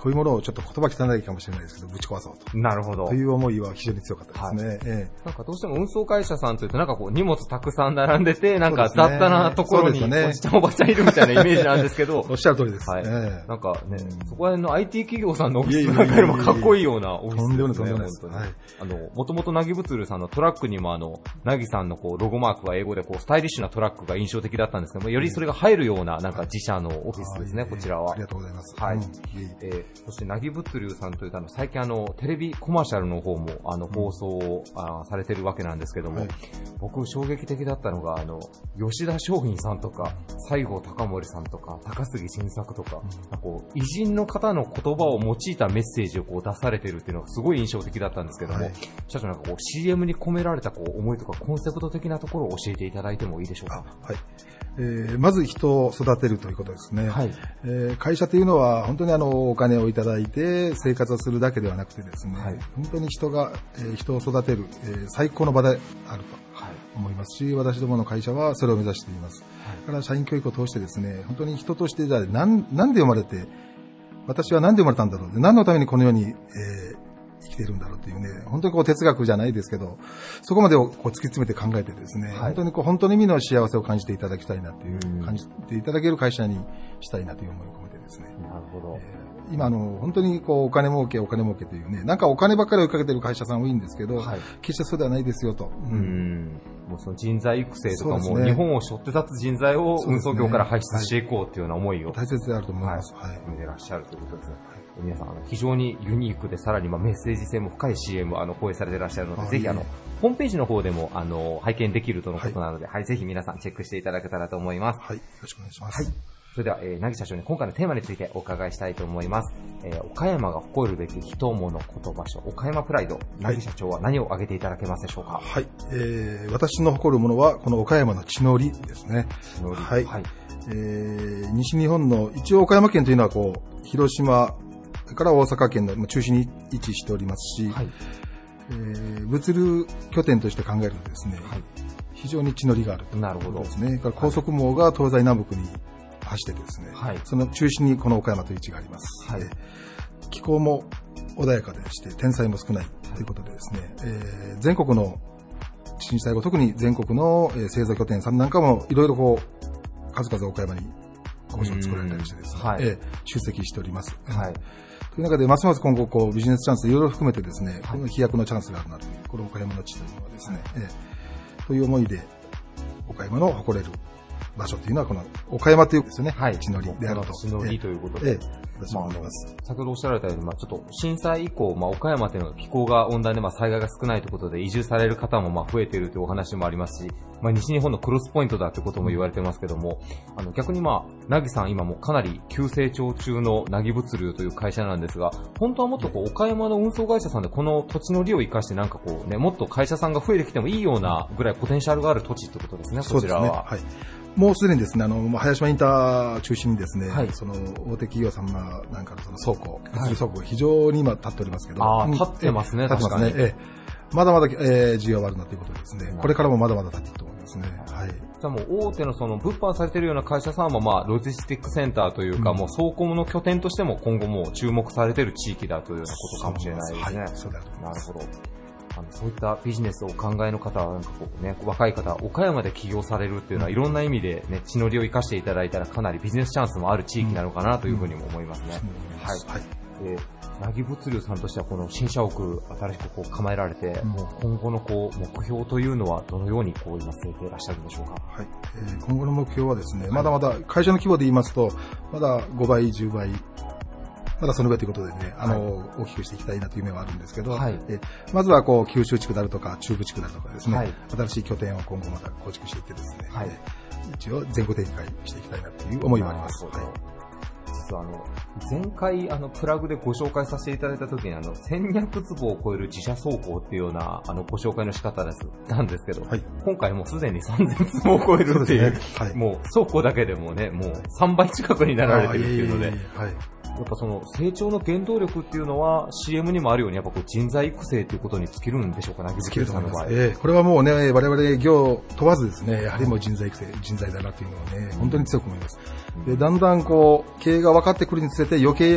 こういうものをちょっと言葉汚いかもしれないですけど、ぶち壊そうと。 なるほど。 という思いは非常に強かったですね。 なんかどうしても運送会社さんというと、なんかこう荷物たくさん並んでて、なんか雑多なところにおじちゃんおばちゃんいるみたいなイメージなんですけど。 おっしゃる通りです。 なんかね、そこら辺の IT 企業さんのオフィスなんかよりもかっこいいようなオフィスですね。 とんでもない、とんでもないです。 もともとなぎぶつるさんのトラックにもなぎさんのこうロゴマークが英語でこうスタイリッシュなトラックが印象的だったんですけども、よりそれが入るようななんか自社のオフィスですね、こちらは。 ありがとうございます。 はい。そしてなぎぶつるさんというと最近テレビコマーシャルの方も放送をされてるわけなんですけども、僕衝撃的だったのが吉田松陰さんとか西郷隆盛さんとか高杉晋作とか、こう偉人の方の言葉を用いたメッセージをこう出されてるっていうのがすごい印象的だったんですけども、社長なんかこう CM に込められたこう思いとかコンセプト的なところを教えていただいてもいいでしょうか。 はい。まず人を育てるということですね。はい。会社というのは本当にお金をいただいて生活をするだけではなくてですね、本当に人を育てる、最高の場であると思いますし、私どもの会社はそれを目指しています。だから社員教育を通してですね、本当に人としてじゃあなんで生まれて、私はなんで生まれたんだろう、何のためにこの世に、生きているんだろうというね、本当にこう哲学じゃないですけど、そこまでをこう突き詰めて考えてですね、本当にこう本当の意味の幸せを感じていただきたいなという、感じていただける会社にしたいなという思いを込めてですね。 なるほど。 今本当にこうお金儲けというね、なんかお金ばっかり追いかけてる会社さん多いんですけど、決してそうではないですよと。 もうその人材育成とかも、日本を背負って立つ人材を運送業から輩出していこうっていうような思いを大切であると思います。 見てらっしゃるということですね。皆さん非常にユニークでさらにメッセージ性も深い CM を放映されていらっしゃるので、ぜひホームページの方でも拝見できるとのことなので、ぜひ皆さんチェックしていただけたらと思います。 はい、よろしくお願いします。 それでは、なぎ社長に今回のテーマについてお伺いしたいと思います。岡山が誇るべき人物こと場所、岡山プライド、なぎ社長は何を挙げていただけますでしょうか。 はい、私の誇るものはこの岡山の地の利ですね。 地の利。 はい。西日本の一応岡山県というのはこう広島から大阪県の中心に位置しておりますし、物流拠点として考えるとですね、非常に地の利があるということですね。高速網が東西南北に走ってですね、その中心にこの岡山という位置があります。気候も穏やかでして天災も少ないということでですね、全国の震災後特に全国の製造拠点さんなんかもいろいろこう数々岡山に工場を作られたりしてですね、集積しております。という中でますます今後こうビジネスチャンスいろいろ含めてですね、この飛躍のチャンスがあるなというこの岡山の地というのはですね、という思いで岡山の誇れる場所というのはこの岡山というですね、地の利であると。 地の利ということで、 私は思います。 先ほどおっしゃられたように、ちょっと震災以降、岡山というのは気候が温暖で災害が少ないということで移住される方も増えているというお話もありますし、西日本のクロスポイントだということも言われてますけども、逆になぎさん今もかなり急成長中のなぎ物流という会社なんですが、本当はもっと岡山の運送会社さんでこの土地の利を生かしてなんかこうね、もっと会社さんが増えてきてもいいようなぐらいポテンシャルがある土地ってことですね、こちらは。 もうすでにですね、林間インター中心にですね、その大手企業様なんかのその倉庫、物流倉庫が非常に今立っておりますけど、 立ってますね、 確かに。まだまだ、需要はあるなということですね。これからもまだまだ立っていくと思いますね。 じゃあもう大手のその物販されているような会社さんはロジスティックセンターというか、もう倉庫の拠点としても今後も注目されている地域だというようなことかもしれないですね。 そうだと思います。 なるほど。そういったビジネスをお考えの方はなんかこうね、若い方、岡山で起業されるっていうのはいろんな意味でね、地の利を生かしていただいたらかなりビジネスチャンスもある地域なのかなというふうにも思いますね。なぎ物流さんとしてはこの新社屋新しくこう構えられて、もう今後のこう目標というのはどのようにこう今据えていらっしゃるんでしょうか。 今後の目標はですね、まだまだ会社の規模で言いますと、まだ5倍、10倍、まだその上ということでね、大きくしていきたいなという夢はあるんですけど、まずはこう九州地区であるとか中部地区であるとかですね、新しい拠点を今後また構築していってですね、一応全国展開していきたいなという思いはあります。 実は前回プラグでご紹介させていただいた時に1200坪を超える自社倉庫っていうようなご紹介の仕方なんですけど、今回もうすでに3000坪を超えるっていう、もう倉庫だけでもね、もう3倍近くになられてるっていうので、やっぱその成長の原動力っていうのは CM にもあるようにやっぱこう人材育成ということに尽きるんでしょうかね。 尽きると思います。これはもうね、我々業問わずですね、やはりもう人材育成、人材だなというのはね、本当に強く思います。で、だんだんこう経営が分かってくるにつれて余計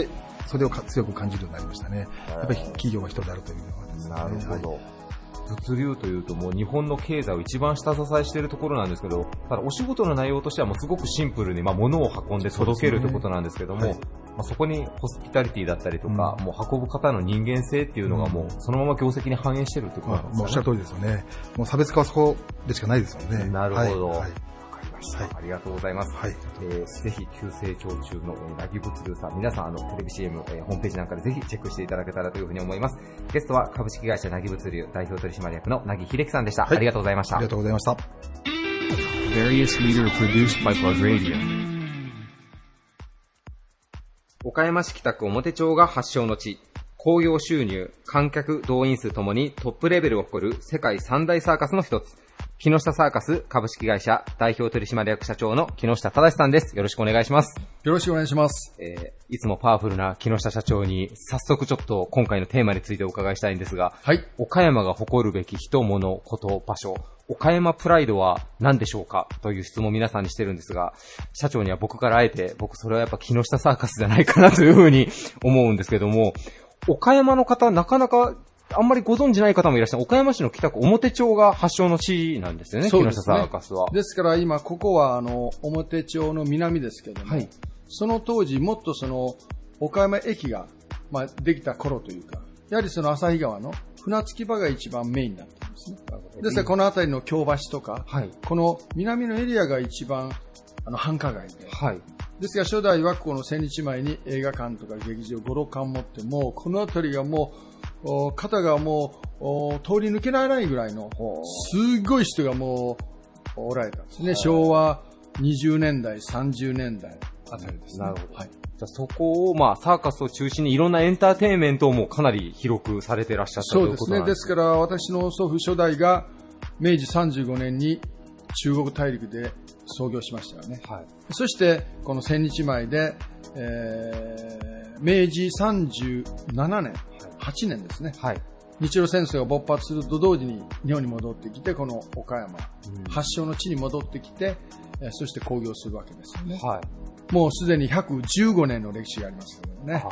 それを強く感じるようになりましたね。やっぱり企業は人であるというのはですね。 なるほど。物流というともう日本の経済を一番下支えしているところなんですけど、ただお仕事の内容としてはもうすごくシンプルに物を運んで届けるということなんですけども、そこにホスピタリティだったりとか、もう運ぶ方の人間性っていうのがもうそのまま業績に反映しているということなんですかね。 もうおっしゃる通りですよね。もう差別化はそこでしかないですよね。 なるほど。わかりました。ありがとうございます。ぜひ急成長中のなぎ物流さん、皆さんテレビ CM、ホームページなんかでぜひチェックしていただけたらというふうに思います。ゲストは株式会社なぎ物流代表取締役のなぎひできさんでした。ありがとうございました。 ありがとうございました。 岡山市北区表町が発祥の地、興行収入、観客動員数ともにトップレベルを誇る世界三大サーカスの一つ、木下サーカス株式会社代表取締役社長の木下忠さんです。よろしくお願いします。 よろしくお願いします。 いつもパワフルな木下社長に早速ちょっと今回のテーマについてお伺いしたいんですが、岡山が誇るべき人物こと場所、岡山プライドは何でしょうかという質問を皆さんにしてるんですが、社長には僕からあえてそれはやっぱ木下サーカスじゃないかなというふうに思うんですけども、岡山の方なかなかあんまりご存じない方もいらっしゃる。岡山市の北区表町が発祥の地なんですよね、木下サーカスは。 ですから今ここは表町の南ですけども、その当時もっと岡山駅ができた頃というか、やはり旭川の船着き場が一番メインになっていますね。ですからこの辺りの京橋とか、この南のエリアが一番繁華街で、ですが初代はこの千日前に映画館とか劇場5、6館持って、もうこの辺りがもう肩がもう通り抜けられないぐらいのすごい人がもうおられたんですね。昭和20年代30年代あたりですね。 なるほど。じゃあそこをサーカスを中心にいろんなエンターテインメントをもうかなり広くされていらっしゃったということなんですね。 ですから私の祖父初代が明治35年に中国大陸で創業しましたよね。そしてこの千日前で、明治37年、8年ですね。日露戦争が勃発すると同時に日本に戻ってきて、この岡山、発祥の地に戻ってきて、そして興行するわけですよね。もうすでに115年の歴史がありますけどね。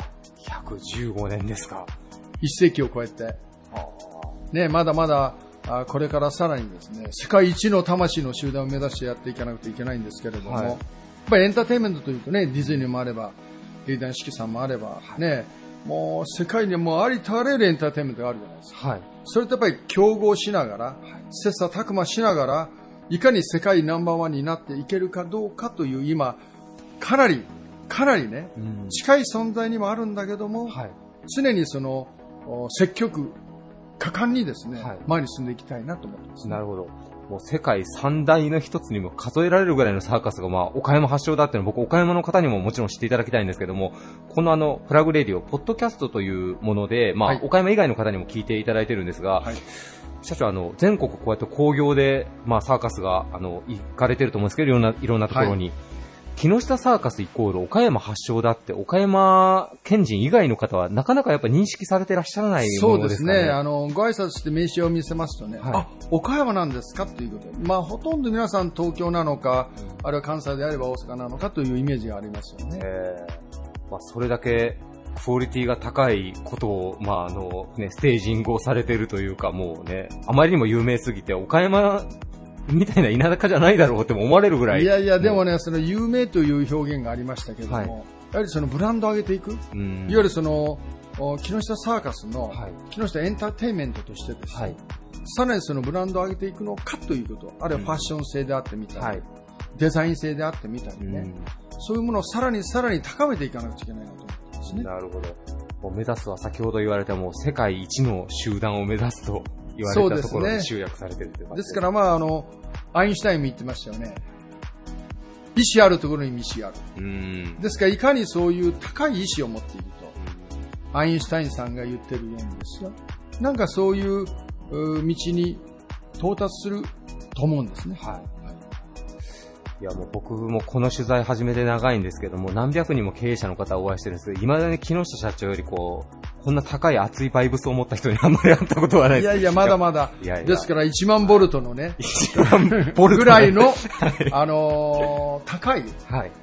115年ですか。 1世紀を超えて、まだまだこれからさらにですね、世界一の魂の集団を目指してやっていかなくてはいけないんですけれども、やっぱりエンターテインメントというとね、ディズニーもあれば、劇団四季さんもあれば、もう世界にもありとあらゆるエンターテインメントがあるじゃないですか。それとやっぱり競合しながら、切磋琢磨しながら、いかに世界ナンバーワンになっていけるかどうかという今、かなりね、近い存在にもあるんだけども、常に積極、果敢にですね、前に進んでいきたいなと思ってます、 なるほど。もう世界三大の一つにも数えられるぐらいのサーカスが岡山発祥だっていうのは僕岡山の方にももちろん知っていただきたいんですけども、このプラグレディオポッドキャストというもので、岡山以外の方にも聞いていただいてるんですが、社長全国こうやって興行でサーカスが行かれてると思うんですけど、いろんなところに、木下サーカスイコール岡山発祥だって岡山県人以外の方はなかなかやっぱ認識されてらっしゃらないものですかね。 そうですね。ご挨拶して名刺を見せますとね、岡山なんですかということで、ほとんど皆さん東京なのか、あるいは関西であれば大阪なのかというイメージがありますよね。 それだけクオリティが高いことを、ステージングをされているというか、もうね、あまりにも有名すぎて岡山みたいな田舎じゃないだろうって思われるぐらい。 いやいや、でもね、有名という表現がありましたけども、やはりブランドを上げていく、いわゆる木下サーカスの、木下エンターテインメントとしてですね、さらにブランドを上げていくのかということ、あるいはファッション性であってみたり、デザイン性であってみたりね、そういうものをさらに高めていかなくちゃいけないなと思ってますね。 なるほど。目指すは先ほど言われた世界一の集団を目指すと言われたところに集約されているという感じですから、アインシュタインも言ってましたよね。意志あるところに道がある。ですから、いかにそういう高い意志を持っていると、アインシュタインさんが言ってるようにですよ。なんかそういう道に到達すると思うんですね。 いやもう僕もこの取材始めて長いんですけども、何百人も経営者の方をお会いしてるんですけど、未だに木下社長よりこんな高い熱いバイブスを持った人にあんまり会ったことはないです。 いやいや、まだまだ。ですから1万ボルトのね、 1万ボルトぐらいの、高い、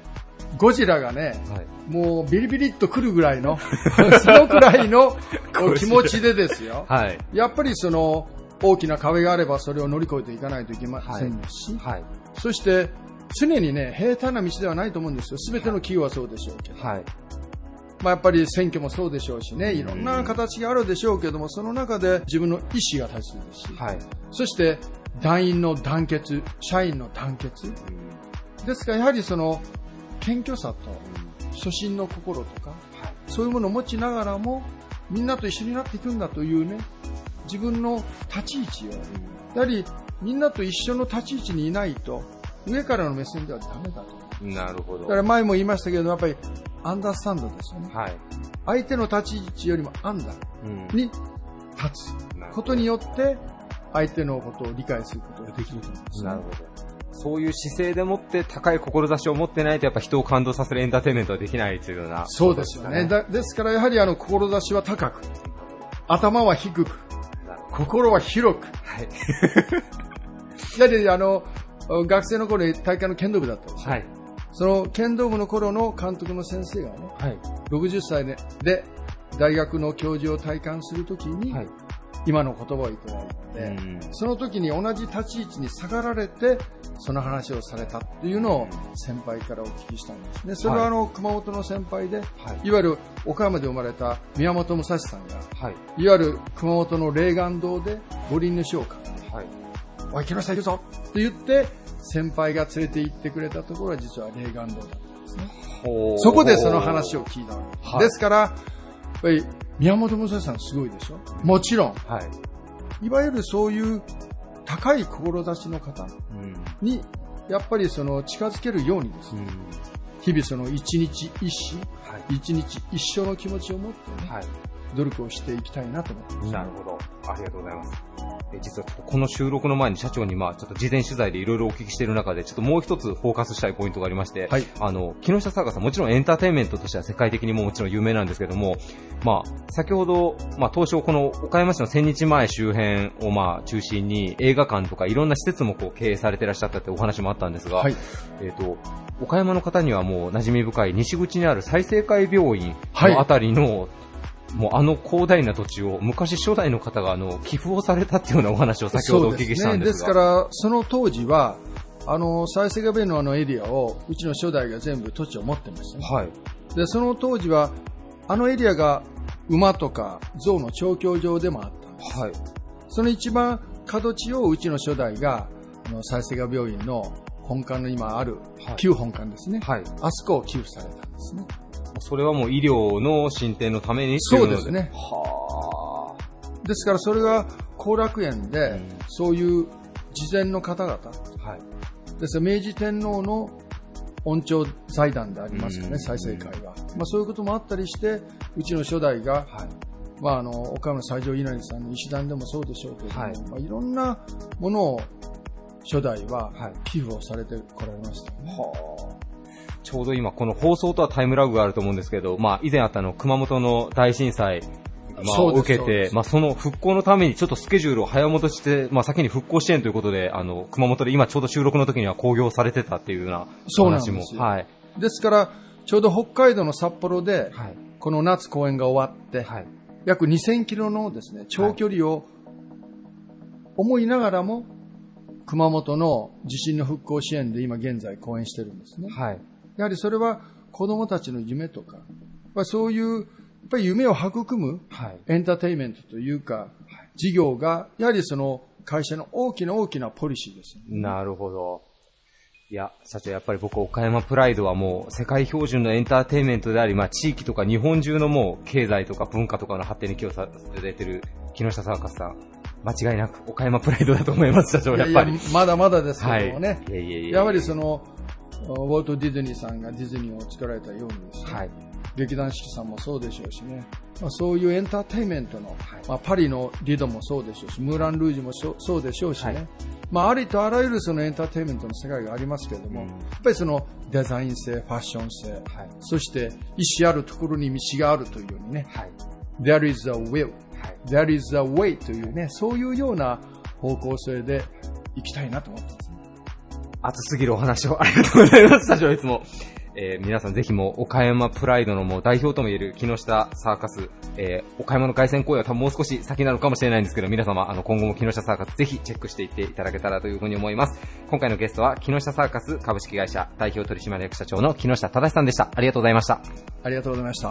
ゴジラがね、もうビリビリっと来るぐらいの、そのくらいの気持ちでですよ。やっぱりその大きな壁があればそれを乗り越えていかないといけませんし、そして常にね、平坦な道ではないと思うんですよ。すべての企業はそうでしょうけど。やっぱり選挙もそうでしょうしね、いろんな形があるでしょうけども、その中で自分の意思が大切ですし、そして団員の団結、社員の団結。ですからやはりその謙虚さと初心の心とか、そういうものを持ちながらもみんなと一緒になっていくんだというね、自分の立ち位置を、やはりみんなと一緒の立ち位置にいないと上からの目線ではダメだと。 なるほど。 だから前も言いましたけど、やっぱりアンダースタンドですよね。相手の立ち位置よりもアンダーに立つことによって相手のことを理解することができると思います。 なるほど。そういう姿勢でもって高い志を持ってないとやっぱ人を感動させるエンターテインメントはできないというような。 そうですよね。ですからやはり志は高く、頭は低く、心は広く。やはり学生の頃に大会の剣道部だったんですよ。その剣道部の頃の監督の先生がね、60歳で大学の教授を体感するときに、今の言葉をいただいて、その時に同じ立ち位置に下がられてその話をされたっていうのを先輩からお聞きしたんですね。それは熊本の先輩で、いわゆる岡山で生まれた宮本武蔵さんが、いわゆる熊本の霊岩堂で五輪の師をかけて、おい木下行くぞって言って先輩が連れて行ってくれたところは実は霊岩堂だったんですね。そこでその話を聞いたわけです。ですからやっぱり宮本武蔵さんすごいでしょ。もちろん、いわゆるそういう高い志の方にやっぱりその近づけるようにですね、日々その一日一死、一日一生の気持ちを持ってね、努力をしていきたいなと思ってます。 なるほど。ありがとうございます。実はちょっとこの収録の前に社長にちょっと事前取材でいろいろお聞きしている中でちょっともう一つフォーカスしたいポイントがありまして、木下サーカスさんもちろんエンターテインメントとしては世界的にももちろん有名なんですけども、先ほど、当初この岡山市の千日前周辺を中心に映画館とかいろんな施設も経営されていらっしゃったってお話もあったんですが、岡山の方にはもう馴染み深い西口にある済生会病院のあたりの、もう広大な土地を昔初代の方が寄付をされたっていうようなお話を先ほどお聞きしたんですが。 ですからその当時は済生会病院のエリアをうちの初代が全部土地を持ってましたね。でその当時はエリアが馬とか象の調教場でもあったんです。その一番角地をうちの初代が済生会病院の本館の今ある旧本館ですね、あそこを寄付されたんですね。 それはもう医療の進展のためにそうですね。ですからそれが後楽園で、そういう慈善の方々、ですから明治天皇の恩寵財団でありますかね、済生会は。そういうこともあったりして、うちの初代が、岡山の西条稲荷さんの石段でもそうでしょうけども、いろんなものを初代は寄付をされてこられましたね。 ちょうど今この放送とはタイムラグがあると思うんですけど、以前あった熊本の大震災を受けて、その復興のためにちょっとスケジュールを早戻しして、先に復興支援ということで、熊本で今ちょうど収録の時には興行されてたっていうような話も。 ですから、ちょうど北海道の札幌で、この夏公演が終わって、約2000キロのですね、長距離を思いながらも、熊本の地震の復興支援で今現在公演してるんですね。やはりそれは子供たちの夢とか、そういうやっぱり夢を育むエンターテインメントというか、事業がやはりその会社の大きな大きなポリシーです。 なるほど。いや、社長やっぱり僕岡山プライドはもう世界標準のエンターテインメントであり、地域とか日本中のもう経済とか文化とかの発展に寄与されている木下サーカスさん。間違いなく岡山プライドだと思います、社長。やっぱり。 まだまだですけどもね。やはりそのウォルト・ディズニーさんがディズニーを作られたようにですね、劇団四季さんもそうでしょうしね、そういうエンターテインメントの、パリのリドもそうでしょうし、ムーラン・ルージュもそうでしょうしね、ありとあらゆるそのエンターテインメントの世界がありますけれども、やっぱりそのデザイン性、ファッション性、そして意志あるところに道があるというようにね、There is a will, there is a way というね、そういうような方向性でいきたいなと思ってます。 熱すぎるお話をありがとうございます、社長いつも。 皆さんぜひもう岡山プライドのもう代表とも言える木下サーカス、岡山の凱旋公演は多分もう少し先なのかもしれないんですけど、皆様今後も木下サーカスぜひチェックしていっていただけたらというふうに思います。今回のゲストは木下サーカス株式会社代表取締役社長の木下忠さんでした。ありがとうございました。 ありがとうございました。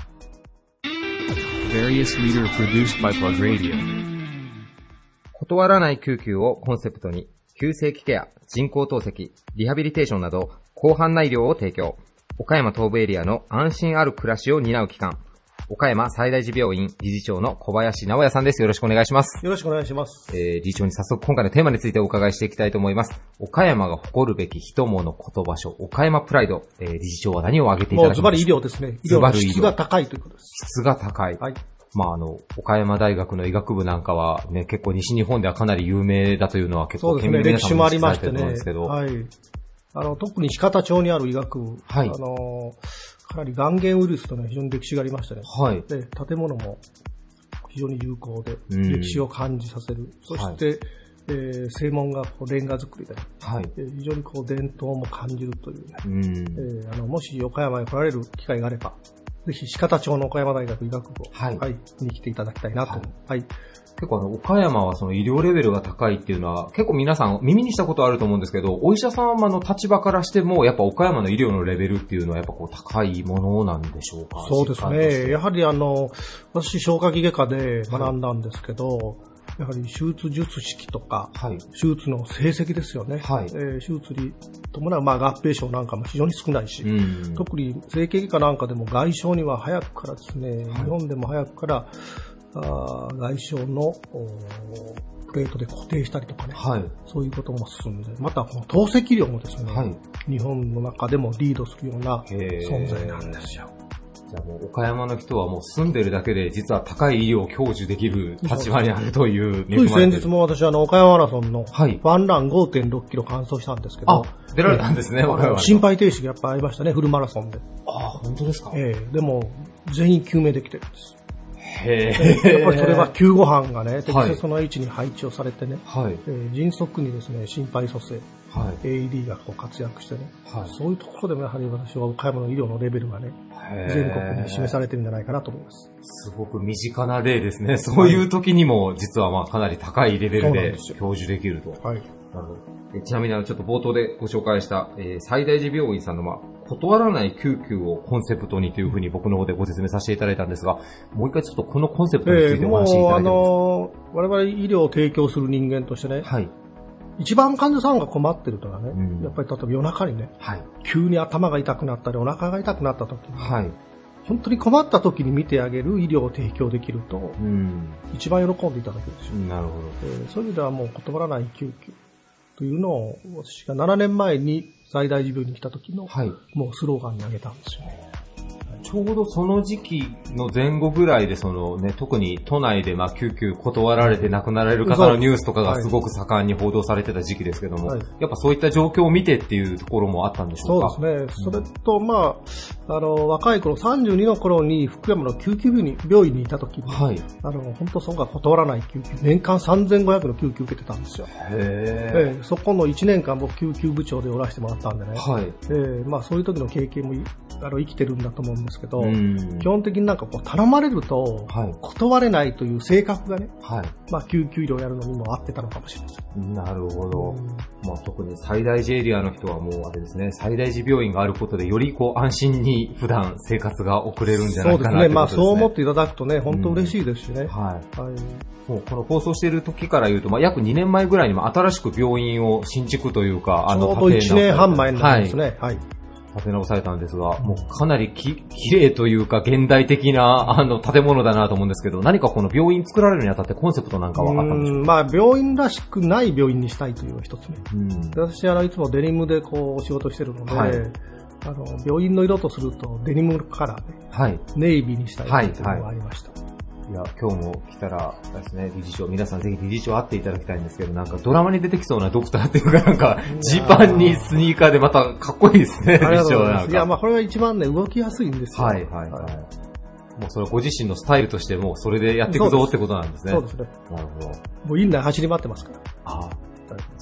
断らない救急をコンセプトに、急性期ケア、人工透析、リハビリテーションなど、広範な医療を提供。岡山東部エリアの安心ある暮らしを担う機関。岡山最大寺病院理事長の小林直也さんです。よろしくお願いします。 よろしくお願いします。 理事長に早速今回のテーマについてお伺いしていきたいと思います。岡山が誇るべき人物言葉書、岡山プライド。理事長は何を挙げていただけますか？ もうズバリ医療ですね。医療の質が高いということです。 質が高い。 はい。 岡山大学の医学部なんかはね、結構西日本ではかなり有名だというのは結構そうですね、歴史もありましてね。 はい。 特に四方町にある医学部、 はい。 かなりがん原ウイルスとね、非常に歴史がありましてね。 はい。 で、建物も非常に有効で、歴史を感じさせる。そして、正門がレンガ造りで、 はい。 非常に伝統も感じるというね。もし岡山へ来られる機会があれば、ぜひ、四方町の岡山大学医学部を、はい、に来ていただきたいなと。はい。 結構岡山はその医療レベルが高いっていうのは、結構皆さん耳にしたことあると思うんですけど、お医者様の立場からしても、やっぱ岡山の医療のレベルっていうのはやっぱ高いものなんでしょうか？ そうですね。やはり私、消化器外科で学んだんですけど、やはり手術術式とか、はい、手術の成績ですよね。はい。手術に伴う合併症なんかも非常に少ないし、特に整形外科なんかでも外傷には早くからですね、日本でも早くから外傷のプレートで固定したりとかね、はい、そういうことも進んで、またこの透析医療もですね、はい、日本の中でもリードするような存在なんですよ。 じゃあもう岡山の人はもう住んでるだけで実は高い医療を享受できる立場にあるという。 つい先日も私岡山マラソンのファンラン 5.6 キロ完走したんですけど。 出られたんですね、 心肺停止がやっぱありましたね、フルマラソンで。 本当ですか？ でも全員救命できてるんです。 やっぱりそれは救護班がね、適切な位置に配置をされてね、迅速にですね、心肺蘇生、AED が活躍してね、そういうところでもやはり私は岡山の医療のレベルがね、全国に示されてるんじゃないかなと思います。 すごく身近な例ですね。そういう時にも実はかなり高いレベルで享受できると。はい。ちなみにちょっと冒頭でご紹介した、最大寺病院さんの断らない救急をコンセプトにというふうに僕の方でご説明させていただいたんですが、もう一回ちょっとこのコンセプトについてお話しいただけますか？ 我々医療を提供する人間としてね、はい、一番患者さんが困ってるのはね、やっぱり例えば夜中にね、はい、急に頭が痛くなったりお腹が痛くなった時に、はい、本当に困った時に見てあげる医療を提供できると、一番喜んでいただけるでしょう。 なるほど。そういう意味ではもう断らない救急というのを私が7年前に最大寺病院に来た時の、もうスローガンに挙げたんですよね。 ちょうどその時期の前後ぐらいで特に都内で救急断られて亡くなられる方のニュースとかがすごく盛んに報道されてた時期ですけども、やっぱそういった状況を見てっていうところもあったんでしょうか？ そうですね。それと若い頃32の頃に福山の救急病院にいた時に、本当そこが断らない救急、年間3500の救急受けてたんですよ。そこの1年間僕救急部長でおらせてもらったんでね、そういう時の経験も生きてるんだと思うんですけど、基本的に頼まれると断れないという性格がね、救急医療をやるのにも合ってたのかもしれません。 なるほど。特に最大寺エリアの人はもうあれですね、最大寺病院があることでより安心に普段生活が送れるんじゃないかなということですね。 そう思っていただくとね、本当嬉しいですしね。 もうこの放送している時から言うと、約2年前ぐらいにも新しく病院を新築というか、 ちょうど1年半前になりますね。 建て直されたんですが、もうかなり綺麗というか現代的な建物だなと思うんですけど、何かこの病院作られるにあたってコンセプトなんかはあったんでしょうか？ 病院らしくない病院にしたいというのが一つ目。私いつもデニムでお仕事してるので、病院の色とするとデニムカラーで、ネイビーにしたいというのがありました。 いや、今日も来たらですね、理事長、皆さんぜひ理事長会っていただきたいんですけど、ドラマに出てきそうなドクターっていうかジーパンにスニーカーでまたかっこいいですね、理事長。 いや、これが一番ね、動きやすいんですよ。 もうそれはご自身のスタイルとしてもうそれでやっていくぞってことなんですね。 そうですね。なるほど。もう院内走り回ってますから。 実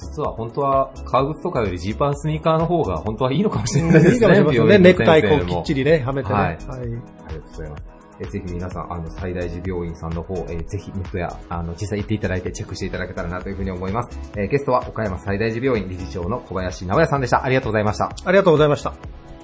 実は本当は革靴とかよりジーパンスニーカーの方が本当はいいのかもしれないですね。 いいかもしれませんね。ネクタイこうきっちりね、はめてね。はい。 ありがとうございます。ぜひ皆さん、最大寺病院さんの方、ぜひネットや、実際行っていただいてチェックしていただけたらなというふうに思います。ゲストは岡山最大寺病院理事長の小林直也さんでした。ありがとうございました。 ありがとうございました。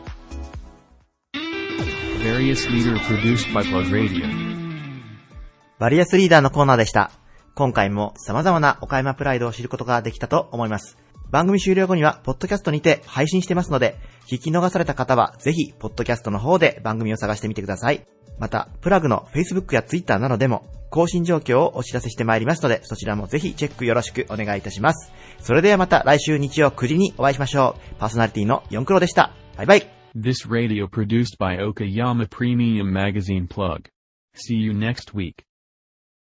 バリアスリーダーのコーナーでした。今回も様々な岡山プライドを知ることができたと思います。番組終了後には、ポッドキャストにて配信してますので、聞き逃された方は、ぜひ、ポッドキャストの方で番組を探してみてください。また、プラグの Facebook や Twitter などでも、更新状況をお知らせしてまいりますので、そちらもぜひチェックよろしくお願いいたします。それではまた来週日曜9時にお会いしましょう。パーソナリティの四黒でした。バイバイ。 This radio produced by Okayama Premium Magazine Plug. See you next week.